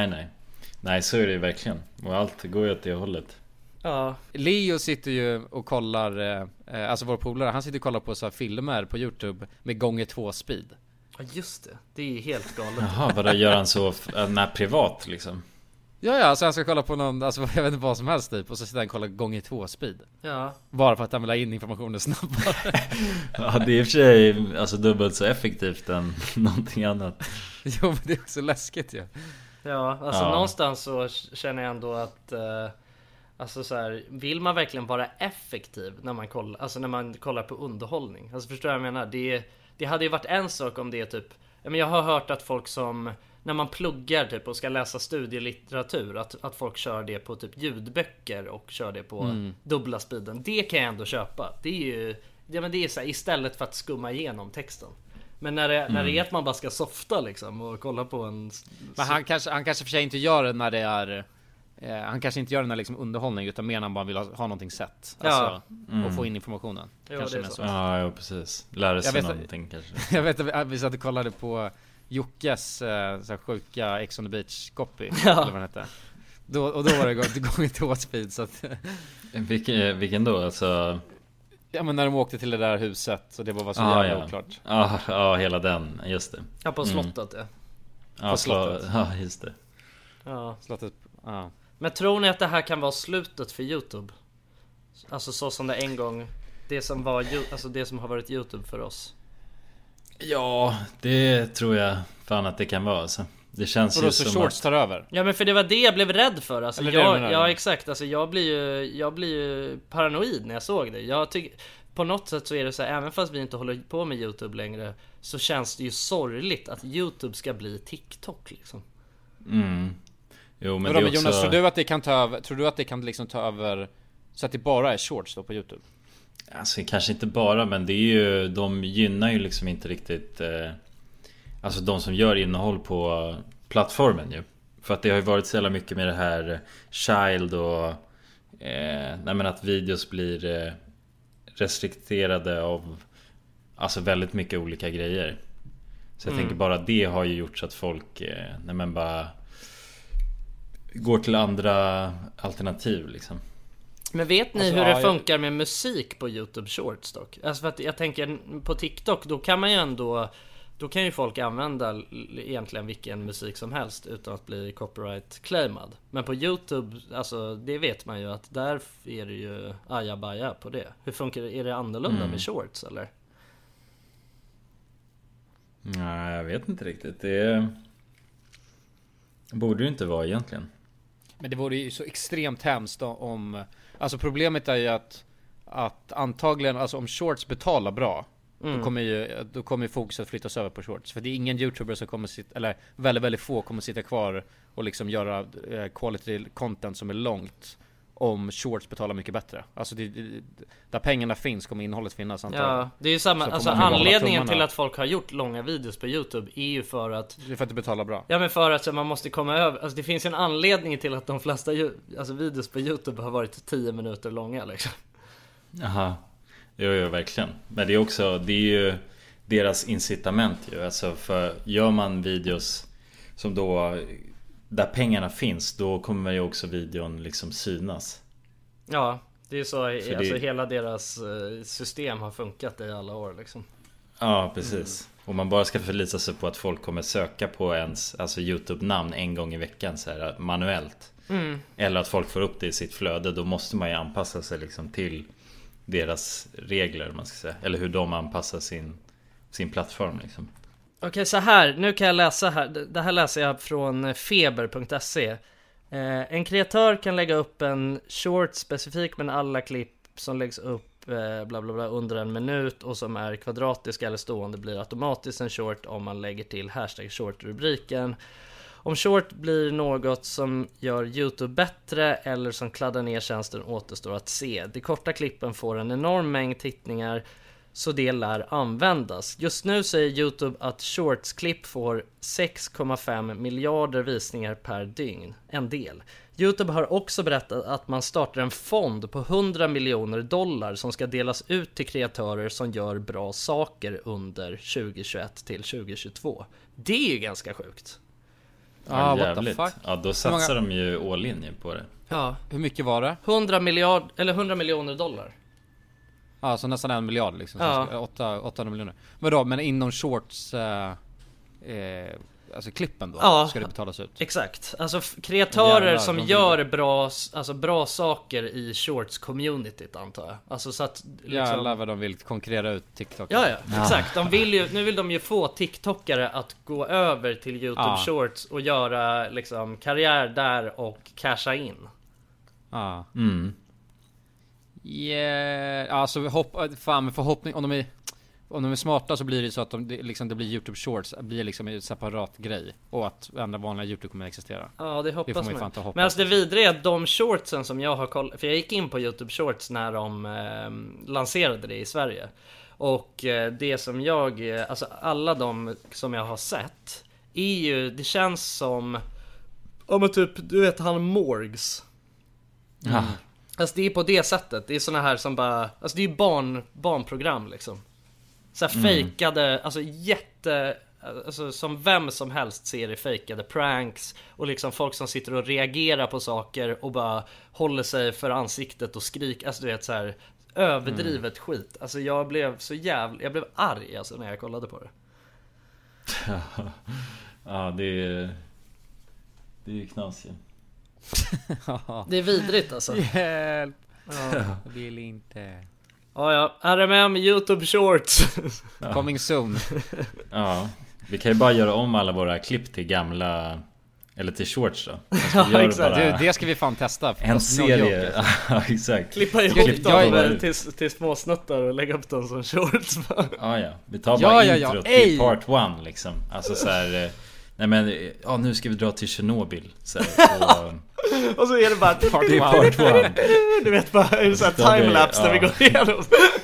Nej, så är det ju verkligen. Och allt går ju åt det hållet. Ja. Leo sitter ju och kollar, alltså vår polare, han sitter och kollar på så här filmer på YouTube med gånger 2 speed. Ja, just det. Det är helt galet. Jaha, vad gör han så privat liksom? Ja, alltså han ska kolla på någon, alltså jag vet inte vad som helst typ, och så sitter han och kollar gånger 2 speed. Ja. Bara för att han vill ha in informationen snabbare. Ja, det är i och för sig alltså dubbelt så effektivt än någonting annat. Jo, men det är också läskigt ju. Ja, alltså någonstans så känner jag ändå att alltså så här, vill man verkligen vara effektiv när man kollar, alltså när man kollar på underhållning? Alltså förstår jag menar? Det hade ju varit en sak om det är typ, men jag har hört att folk som när man pluggar typ och ska läsa studielitteratur, att folk kör det på typ ljudböcker och kör det på dubbla speeden. Det kan jag ändå köpa. Det är ju ja, men det är så här, istället för att skumma igenom texten. Men när det är att man bara ska softa liksom och kolla på en... Men han kanske för sig inte gör det när det är... han kanske inte gör det när liksom underhållning, utan mer när han bara vill ha någonting sett. Alltså, och få in informationen. Jo, kanske det är så. Ja, precis. Lära sig någonting kanske. Jag vet att vi satt och kollade på Jockes så här sjuka Ex on the Beach copy, Ja. eller vad den hette. Då var det gång till speed, så att... Vilken då? Alltså... Ja, men när de åkte till det där huset, så det var så jävla oklart. Ja, hela den, just det. Ja, på slottet, på slottet. Ja, just det. Ja. Slottet, ja. Men tror ni att det här kan vara slutet för YouTube? Alltså så som det en gång, det som har varit YouTube för oss. Ja, det tror jag fan att det kan vara, alltså. Det känns ju som shorts tar över. Ja, men för det var det jag blev rädd för, alltså. Ja, exakt, alltså jag blir ju paranoid när jag såg det. Jag tycker på något sätt så är det så här, även fast vi inte håller på med YouTube längre, så känns det ju sorgligt att YouTube ska bli TikTok liksom. Jo, men det är också... Jonas, tror du att det kan liksom ta över så att det bara är shorts då på YouTube? Alltså kanske inte bara, men det är ju, de gynnar ju liksom inte riktigt alltså de som gör innehåll på plattformen ju. För att det har ju varit så jävla mycket med det här child och att videos blir restrikterade av alltså väldigt mycket olika grejer. Så jag tänker bara det har ju gjort så att folk bara går till andra alternativ liksom. Men vet ni hur det funkar med musik på YouTube Shorts dock? Alltså för att jag tänker på TikTok, då kan ju folk använda egentligen vilken musik som helst utan att bli copyright claimad. Men på YouTube, alltså det vet man ju att där är det ju ajabaja på det. Hur funkar det? Är det annorlunda med shorts eller? Nej, jag vet inte riktigt. Det borde ju inte vara egentligen. Men det vore ju så extremt hemskt om... Alltså problemet är ju att antagligen, alltså om shorts betalar bra, då kommer ju fokuset flyttas över på shorts. För det är ingen YouTuber som kommer sitta, eller väldigt, väldigt få kommer sitta kvar och liksom göra quality content som är långt om shorts betalar mycket bättre. Alltså där pengarna finns kommer innehållet finnas antagligen. Ja, det är ju samma, alltså anledningen till att folk har gjort långa videos på YouTube är ju för att... Det är för att det betalar bra. Ja, men för att så man måste komma över, alltså det finns en anledning till att de flesta videos på YouTube har varit 10 minuter långa liksom. Jaha. Jo, verkligen. Men det är ju deras incitament ju. Alltså för gör man videos som då där pengarna finns, då kommer ju också videon liksom synas. Ja, det är så alltså hela deras system har funkat i alla år liksom. Ja, precis. Och man bara ska förlita sig på att folk kommer söka på ens YouTube-namn en gång i veckan så här, manuellt. Eller att folk får upp det i sitt flöde. Då måste man ju anpassa sig liksom till deras regler, man ska säga. Eller hur de anpassar sin plattform liksom. Okej, så här, nu kan jag läsa här. Det här läser jag från feber.se. En kreatör kan lägga upp en short specifik med alla klipp som läggs upp bla bla bla under 1 minut och som är kvadratiska eller stående blir automatiskt en short om man lägger till hashtag short-rubriken. Om short blir något som gör YouTube bättre eller som kladdar ner tjänsten återstår att se. De korta klippen får en enorm mängd tittningar, så det lär användas. Just nu säger YouTube att shortsklipp får 6,5 miljarder visningar per dygn. En del. YouTube har också berättat att man startar en fond på $100 miljoner som ska delas ut till kreatörer som gör bra saker under 2021 till 2022. Det är ju ganska sjukt. Ja, what the fuck? Ja, då satsar de ju all in på det. Ja, hur mycket var det? 100 miljoner dollar. Ja, så nästan 1 miljard liksom. Ja. 800 miljoner. Vadå, men inom shorts alltså klippen då ska det betalas ut. Exakt. Alltså kreatörer som gör bra saker i shorts communityt, antar jag. Alltså så att liksom... Jävlar vad de vill konkurrera ut TikTok. Ja, exakt. Nu vill de ju få TikTokare att gå över till YouTube Shorts och göra liksom karriär där och casha in. Ja. Alltså med förhoppning om de är... om de är smarta så blir det så att det blir YouTube Shorts, blir liksom en separat grej. Och att andra vanliga YouTube kommer att existera. Ja, det hoppas man. Hoppas. Men alltså det vidriga är att de shortsen som jag har kollat, för jag gick in på YouTube Shorts när de lanserade det i Sverige. Och det som alltså alla de som jag har sett är ju, det känns som, men typ, du vet han Morgs. Mm. Alltså det är på det sättet. Det är såna här som bara, alltså det är ju barnprogram liksom. Så här fejkade, alltså alltså som vem som helst ser det, fejkade pranks och liksom folk som sitter och reagerar på saker och bara håller sig för ansiktet och skriker, alltså du vet så här överdrivet skit. Alltså jag blev arg alltså när jag kollade på det. Ja, det är ju knasigt. Det är vidrigt alltså. Hjälp. Jag vill inte. Ja, RMM YouTube Shorts. Coming soon. Ja, vi kan ju bara göra om alla våra klipp till gamla, eller till shorts då. Ja, exakt. Det ska vi fan testa. En serie. Ja, exakt. Klippa ihop dem till små snuttar och lägga upp dem som shorts. Ja. Vi tar bara intro till part 1 liksom. Alltså så här. Nej men, nu ska vi dra till Tjernobyl så här, och så är det bara part 1. Du vet bara, är det så här timelapse där vi går igenom.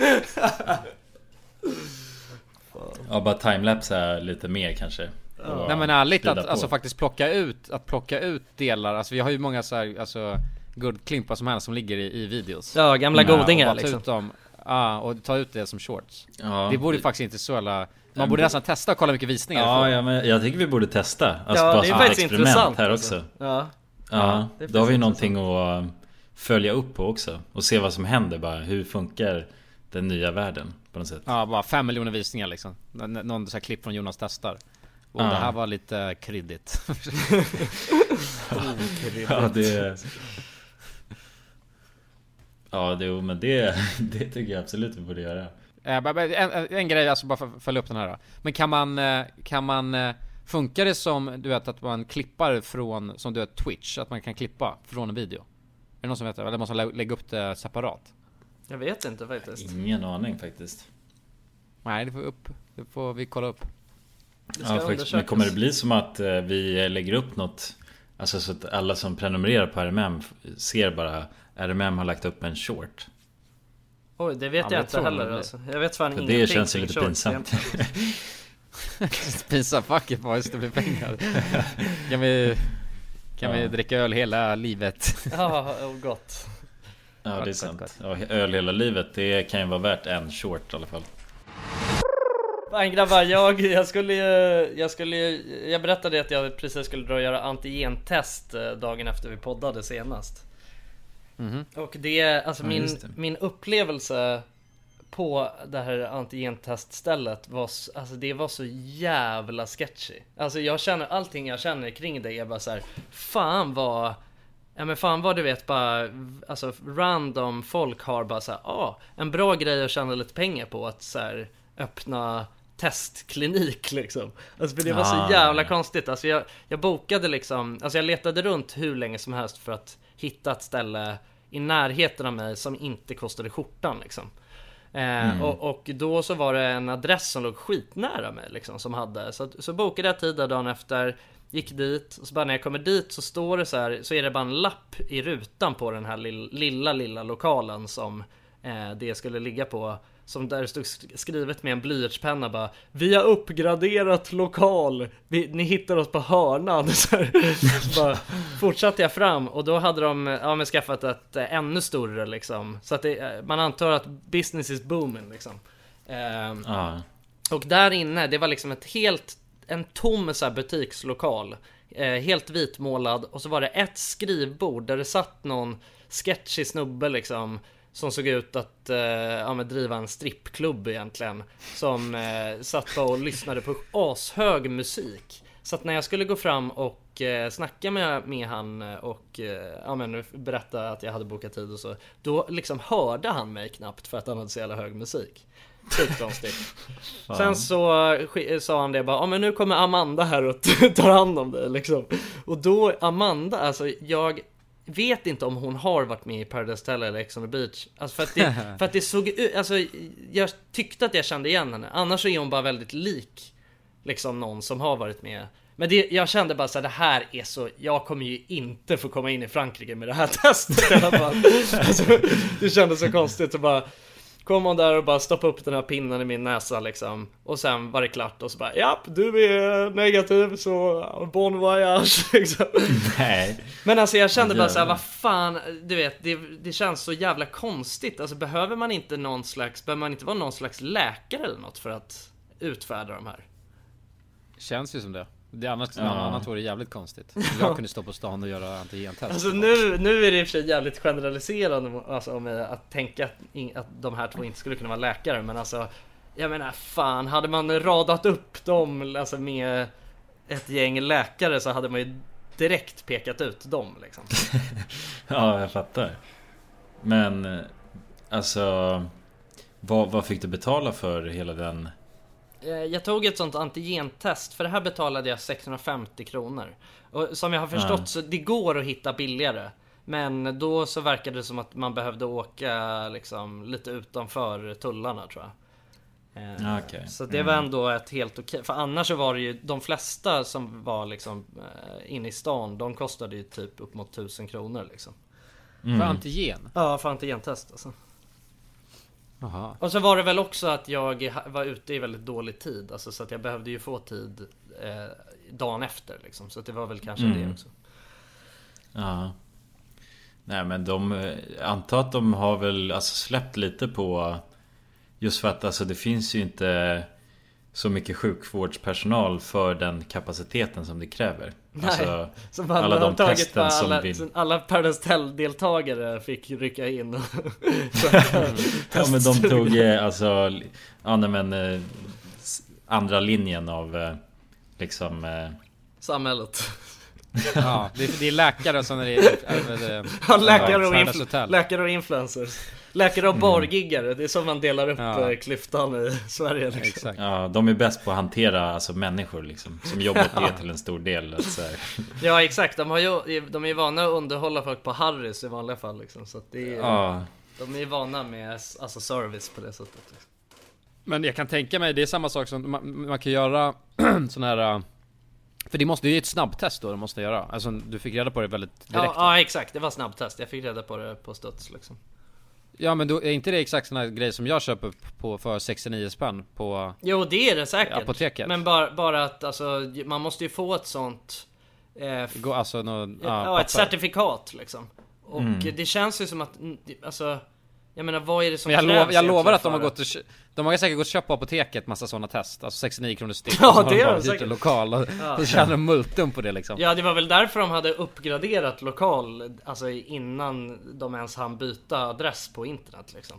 Ja, bara timelapse är lite mer kanske. Nej men ärligt att alltså faktiskt plocka ut delar. Alltså vi har ju många så här, alltså guldklimpar som här som ligger i videos. Ja, gamla godingar liksom. Ut dem, och ta ut det som shorts. Ja, det borde faktiskt inte så alla. Man borde nästan testa och kolla mycket visningar. Ja, men jag tycker vi borde testa. Alltså bara det är faktiskt intressant här alltså. också. Ja, då har vi någonting att följa upp på också. Och se vad som händer bara. Hur funkar den nya världen på något sätt. Ja, bara 5 miljoner visningar liksom. Någon så här klipp från Jonas testar. Och det här var lite kryddigt. Ja, men det tycker jag absolut vi borde göra. En grej, alltså bara för att följa upp den här då. Men kan man funkar det som du vet att man klippar från, som du vet, Twitch, att man kan klippa från en video? Är det någon som vet det? Eller måste man lägga upp det separat? Jag vet inte faktiskt. Ingen aning faktiskt. Nej, det får vi kolla upp. Ja, faktiskt. Men kommer det bli som att vi lägger upp något, alltså så att alla som prenumererar på RMM ser bara RMM har lagt upp en short? Oj, det vet jag inte heller alltså. Jag vet fan ingenting. Det känns ju lite pinsamt. Pinsamt, fuck it, vad det blir pengar. Kan vi dricka öl hela livet? Ja, gott. Ja, det är sant. Ja, öl hela livet, det kan ju vara värt en short i alla fall. Fan grabbar, jag berättade att jag precis skulle dra och göra antigentest dagen efter vi poddade senast. Och det, alltså min upplevelse på det här antigenteststället var, alltså det var så jävla sketchy. Alltså allting jag känner kring det är bara så här, fan vad du vet, bara alltså random folk har bara så här, en bra grej att tjäna lite pengar på, att så här öppna testklinik liksom. Alltså för det var så jävla konstigt. Alltså jag bokade liksom, alltså jag letade runt hur länge som helst för att hitta ett ställe i närheten av mig som inte kostade skjortan liksom. Och då så var det en adress som låg skitnära mig liksom, som hade, så bokade jag tid där dagen efter, gick dit, och så bara när jag kommer dit så står det så här, så är det bara en lapp i rutan på den här lilla lokalen som det skulle ligga på, som där stod skrivet med en blyertspenna bara: vi har uppgraderat lokal, ni hittar oss på hörnan. Så bara fortsatte jag fram, och då hade de skaffat ett ännu större liksom, så att man antar att business is booming liksom. Och där inne, det var liksom en tom så här butikslokal, helt vitmålad, och så var det ett skrivbord där det satt någon sketchy snubbe liksom, som såg ut att driva en strippklubb egentligen, som satt och lyssnade på ashög musik. Så att när jag skulle gå fram och snacka med han och berätta att jag hade bokat tid och så, då liksom hörde han mig knappt för att han hade så jävla hög musik. Konstigt. Sen så sa han det bara, men nu kommer Amanda här och tar hand om dig liksom. Och då Amanda, alltså vet inte om hon har varit med i Paradise Hotel eller Ex on the Beach. Alltså för att det såg ut, alltså jag tyckte att jag kände igen henne. Annars så är hon bara väldigt lik liksom någon som har varit med. Men jag kände bara så här, det här är så, jag kommer ju inte få komma in i Frankrike med det här testet i alla fall. Alltså, det kändes så konstigt att bara kom hon där och bara stoppa upp den här pinnen i min näsa liksom. Och sen var det klart och så bara, ja, du är negativ så bon voyage liksom. Nej. Men alltså jag kände bara så här, vad fan, du vet, det känns så jävla konstigt. Alltså behöver man inte vara någon slags läkare eller något för att utfärda de här? Känns ju som det. Det annat vore jävligt konstigt. Jag kunde stå på stan och göra antigentest. Alltså nu är det i och för sig jävligt generaliserande alltså, med att tänka att de här två inte skulle kunna vara läkare. Men alltså, jag menar fan, hade man radat upp dem alltså, med ett gäng läkare så hade man ju direkt pekat ut dem liksom. Ja, jag fattar. Men alltså, vad fick du betala för hela den? Jag tog ett sånt antigentest. För det här betalade jag 650 kronor. Och som jag har förstått så det går att hitta billigare. Men då så verkade det som att man behövde åka liksom lite utanför tullarna tror jag. Okay. Så det var ändå ett helt okej. För annars så var det ju de flesta som var liksom inne i stan, de kostade ju typ upp mot 1000 kronor liksom. För antigen? Ja, för antigentest alltså. Aha. Och så var det väl också att jag var ute i väldigt dålig tid alltså, så att jag behövde ju få tid dagen efter liksom. Så att det var väl kanske det också. Ja. Nej men antar att de har väl alltså släppt lite på. Just för att alltså, det finns ju inte så mycket sjukvårdspersonal för den kapaciteten som det kräver. Alltså, som alla de testen som alla Paradise Hotel-deltagare fick rycka in och ja men de tog alltså andra linjen av liksom samhället. Ja, det är läkare som är läkare och influencers. Läkare och bargiggare. Det är som man delar upp klyftan i Sverige liksom. Exakt. Ja, de är bäst på att hantera alltså, människor liksom, som jobbet är till en stor del så här. Ja exakt, de är ju vana att underhålla folk på Harrys i vanliga fall liksom. Så att det är, de är ju vana med alltså, service på det sättet liksom. Men jag kan tänka mig, det är samma sak som man kan göra sån här. För det är ju ett snabbtest då de måste göra. Alltså du fick reda på det väldigt direkt. Ja exakt, det var snabbtest. Jag fick reda på det på studs liksom. Ja men då är inte det exakt sån här grej som jag köper på för 69 spänn på. Jo det är det säkert. Apoteket. Men bara att alltså, man måste ju få ett sånt ett certifikat liksom. Och det känns ju som att alltså, jag menar vad är det som jag lovar att de har säkert gått och köpt på apoteket massa sådana test. Alltså 69 kronor styck. Ja det är säkert en lokal och så tjänar de multum på det liksom. Ja det var väl därför de hade uppgraderat lokal. Alltså innan de ens hann byta adress på internet liksom.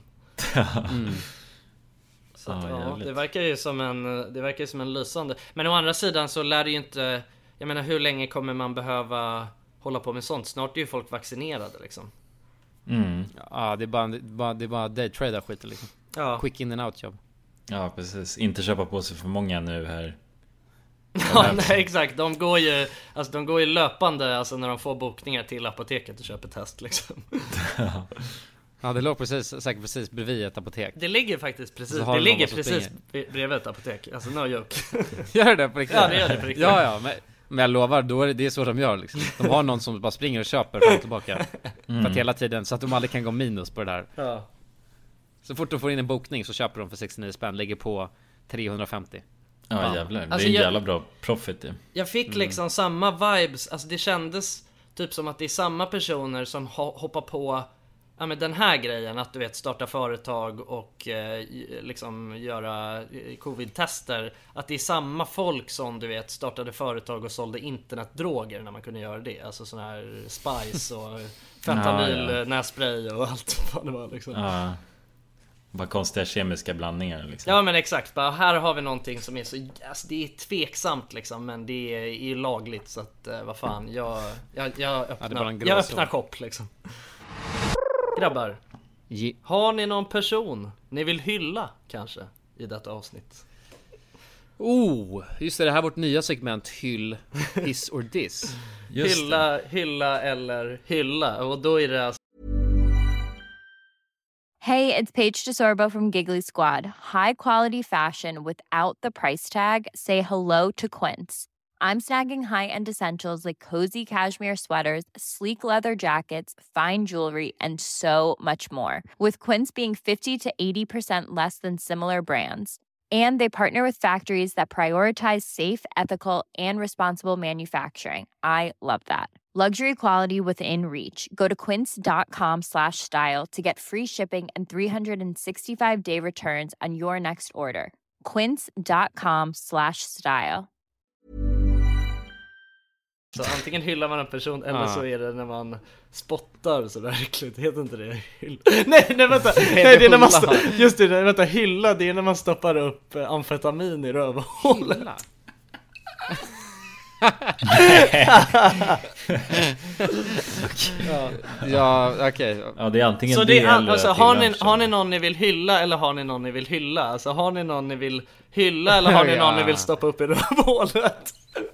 Så att, det verkar ju som en lysande. Men å andra sidan så lär det ju inte. Jag menar hur länge kommer man behöva hålla på med sånt? Snart är ju folk vaccinerade liksom. Ja, det är bara daytrade skiten liksom. Ja. Quick in and out jobb. Ja, precis. Inte köpa på sig för många nu här. Ja, nej, exakt. De går ju löpande alltså när de får bokningar till apoteket och köper test liksom. Ja, det låg säkert precis bredvid ett apotek. Det ligger faktiskt precis bredvid ett apotek. Alltså no joke. Gör det på riktigt? Ja, det gör det på riktigt. Ja, men jag lovar, det är så de gör liksom. De har någon som bara springer och köper fram och tillbaka för att hela tiden, så att de aldrig kan gå minus på det där. Ja. Så fort de får in en bokning så köper de för 69 spänn, lägger på 350. Ja jävlar, det är en jävla bra profit. Jag fick liksom samma vibes. Alltså det kändes typ som att det är samma personer som hoppar på men den här grejen, att du vet starta företag och liksom göra covid-tester, att det är samma folk som du vet startade företag och sålde internetdroger när man kunde göra det, alltså sån här spice och fentanyl, nässpray och allt vad det var liksom. Ja. Bara konstiga kemiska blandningar liksom. Ja men exakt, bara här har vi någonting som är så, alltså det är tveksamt liksom, men det är ju lagligt så att vad fan, jag öppnar shop liksom. Grabbar, har ni någon person ni vill hylla kanske i detta avsnitt? Just det här är vårt nya segment Hyll, Hiss or Diss. Hylla eller hylla. Och då är det alltså... Hey, it's Paige DeSorbo from Giggly Squad. High quality fashion without the price tag. Say hello to Quince. I'm snagging high-end essentials like cozy cashmere sweaters, sleek leather jackets, fine jewelry, and so much more. With Quince being 50 to 80% less than similar brands. And they partner with factories that prioritize safe, ethical, and responsible manufacturing. I love that. Luxury quality within reach. Go to quince.com/style to get free shipping and 365-day returns on your next order. Quince.com/style. Så antingen hyllar man en person eller så är det när man spottar så där äckligt. Heter inte det hylla? Nej vänta. Nej, det är när man just det, vänta, hylla, det är när man stoppar upp amfetamin i rövhålet. Okej. Ja, det är antingen så det eller alltså, har ni någon ni vill hylla eller har ni någon ni vill hylla? Alltså har ni någon ni vill hylla eller har ni någon ni vill stoppa upp i rövhålet?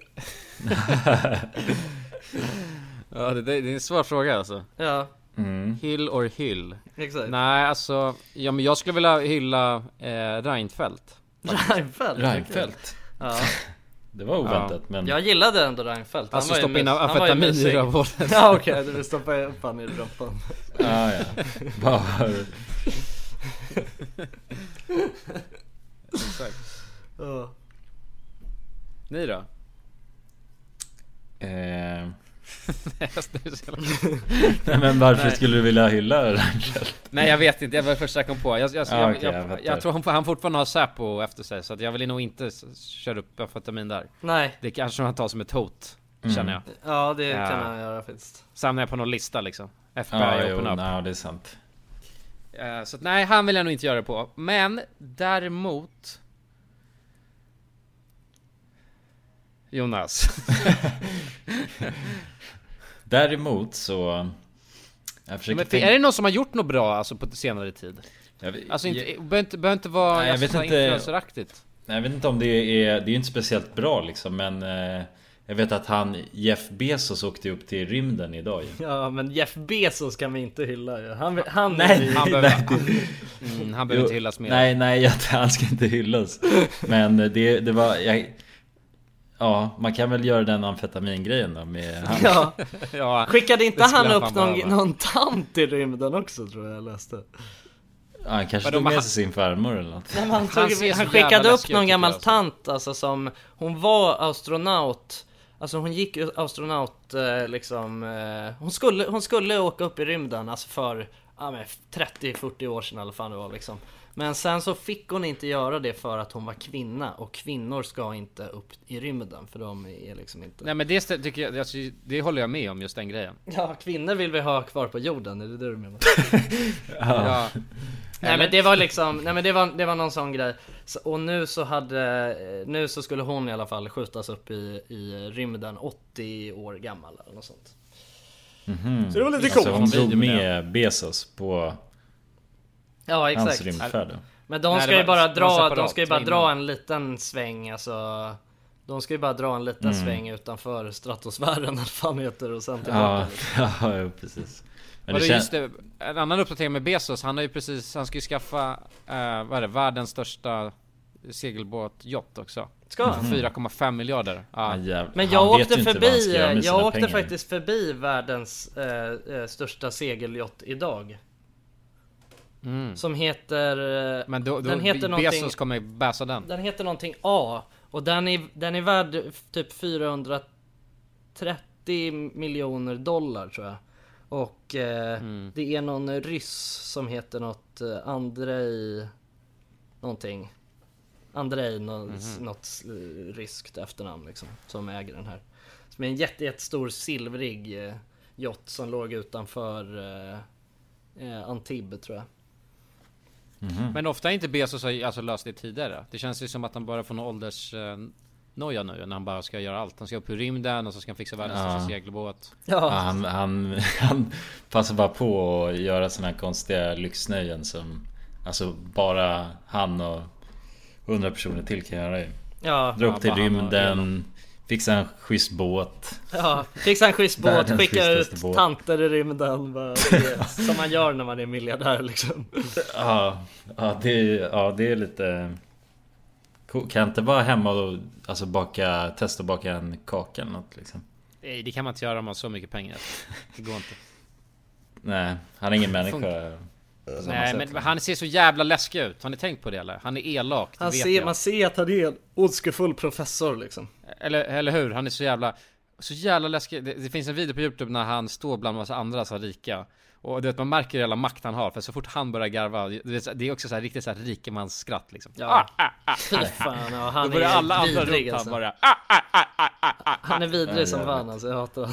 Ja, det är en svår fråga alltså. Ja. Hyll or hyll. Exakt. Nej, alltså men jag skulle vilja hylla Reinfeldt. Reinfeldt? Ja. Det var oväntat, men... Jag gillade ändå Reinfeldt. Alltså stoppa in amfetamin i rövhålet. Ja, okej, du vill stoppa upp han i rumpan. Ja. Bara... Exakt. Ni då? Nej, men varför skulle du vilja hylla Reinfeldt? Nej, jag vet inte, jag var först jag kom på. Jag tror han fortfarande har Säpo efter sig. Så att jag vill nog inte köra upp amfetamin där. Nej. Det kanske han tar som ett hot, känner jag. Ja, det kan han göra faktiskt. Samlar jag på någon lista liksom. FBI open up. Nej, det är sant. Så att, nej, han vill jag nog inte göra det på. Men däremot Jonas. Däremot så är det någon som har gjort något bra alltså på senare tid? Alltså behöver inte vara influenceraktigt. Nej, jag vet inte om det är inte speciellt bra liksom, men jag vet att Jeff Bezos åkte upp till rymden idag. Ja, men Jeff Bezos kan vi inte hylla. Han behöver inte hyllas mer. Nej, han ska inte hyllas. Men det var ja, man kan väl göra den amfetamin-grejen då med han. Ja. Skickade inte han upp någon tant i rymden också, tror jag läste. Ja, han kanske tog med sig sin farmor eller något. Nej, han skickade upp någon gammal tant alltså, som hon var astronaut. Alltså hon gick astronaut liksom hon skulle åka upp i rymden alltså för 30-40 år sedan i alla fall det var liksom. Men sen så fick hon inte göra det för att hon var kvinna. Och kvinnor ska inte upp i rymden, för de är liksom inte... Nej, men det tycker jag, alltså, det håller jag med om, just den grejen. Ja, kvinnor vill vi ha kvar på jorden, är det du menar? Ja. Nej, men det var liksom, det var någon sån grej. Och nu så skulle hon i alla fall skjutas upp i rymden 80 år gammal eller något sånt. Mm-hmm. Så det var lite coolt. Hon drog med Bezos på... Ja, exakt. Men de ska ju bara dra en liten sväng, alltså. De ska ju bara dra en liten sväng utanför stratosfären, vad fan heter, och sen tillbaka. Ja, precis. Men det just det, en annan uppdatering med Bezos, han ska ju skaffa världens största segelbåt-yacht också. Ska 4,5 miljarder. Ja. Men jag åkte faktiskt förbi världens största segelyacht idag. Som heter... Men då den heter Bezos kommer bäsa den. Den heter någonting A. Och den är värd typ 430 miljoner dollar, tror jag. Och det är någon ryss som heter något Andrei någonting. Något ryskt efternamn liksom, som äger den här. Som är en jättestor silvrig yacht som låg utanför Antibes, tror jag. Mm-hmm. Men ofta är inte Bezos alltså löst det tidigare. Det känns ju som att han bara får någon åldersnoja nu, när han bara ska göra allt. Han ska upp i rymden och så ska han fixa världens största segelbåt. Ja. Han passar bara på att göra såna här konstiga lyxnöjen som alltså bara han och 100 personer till kan göra. Dra upp till rymden. Fixa en schysst båt. Ja, fixa en schysst båt. Skicka ut tanter i rymden. Som man gör när man är miljardär liksom. Det är lite... Kan inte vara hemma och alltså testa att baka en kaka eller något liksom. Nej, det kan man inte göra om man har så mycket pengar. Det går inte. Nej, han är ingen människa. Nej, men han ser så jävla läskig ut. Har ni tänkt på det eller? Han är elak. Man ser att han är en ondskefull professor liksom. Eller hur? Han är så jävla läskig. Det finns en video på YouTube när han står bland massa andra så rika. Och du vet, man märker hur jävla makt han har. För så fort han börjar garva, det är också så här riktigt så här rikemans skratt liksom. Ja. Fan, ja, han är alla andra vidrig runt, alltså. Han är vidrig som fan alltså, jag hatar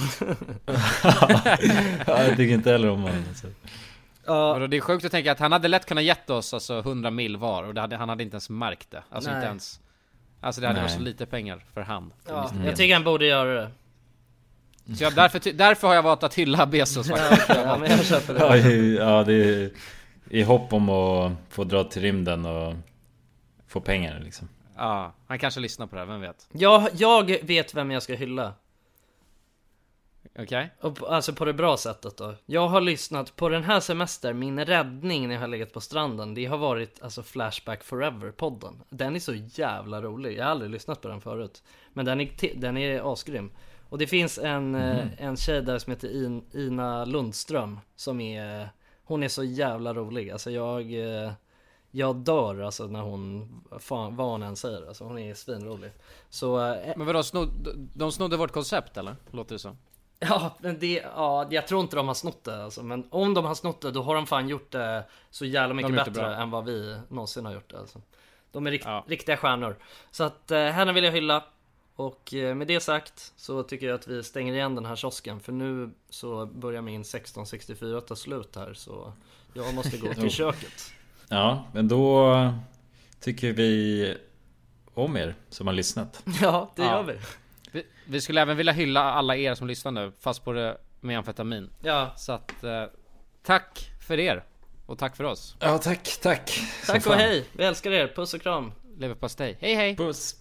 Jag tycker inte heller om honom alltså. Det är sjukt att tänka att han hade lätt kunnat gett oss alltså 100 mil var. Och han hade inte ens märkt det. Alltså inte ens. Alltså det hade varit så lite pengar för hand. Ja, jag tycker han borde göra det. Så därför har jag valt att hylla Bezos. Men jag köper det. Ja, det är i hopp om att få dra till rymden och få pengar liksom. Ja, han kanske lyssnar på det här, vem vet. Jag vet vem jag ska hylla. Okej. Alltså på det bra sättet då. Jag har lyssnat på den här semester. Min räddning när jag har legat på stranden, det har varit alltså Flashback Forever-podden. Den är så jävla rolig. Jag har aldrig lyssnat på den förut. Men den är asgrym. Och det finns en tjej där som heter Ina Lundström. Hon är så jävla rolig. Alltså jag dör alltså när hon vad hon än säger. Alltså hon är svinrolig. Så, men vadå, de snodde vårt koncept eller? Låter det så? Ja, men jag tror inte de har snott det alltså. Men om de har snott det, då har de fan gjort det så jävla mycket bättre än vad vi någonsin har gjort det alltså. De är riktiga stjärnor. Så att henne vill jag hylla. Och med det sagt så tycker jag att vi stänger igen den här kiosken. För nu så börjar min 1664 ta slut här. Så jag måste gå till köket. Ja, men då tycker vi om er som har lyssnat. Ja, det gör vi. Vi skulle även vilja hylla alla er som lyssnar nu, fast på det med amfetamin. Ja. Så att tack för er. Och tack för oss. Ja, tack. Tack och hej, vi älskar er, puss och kram. Leverpastej, hej hej. Puss.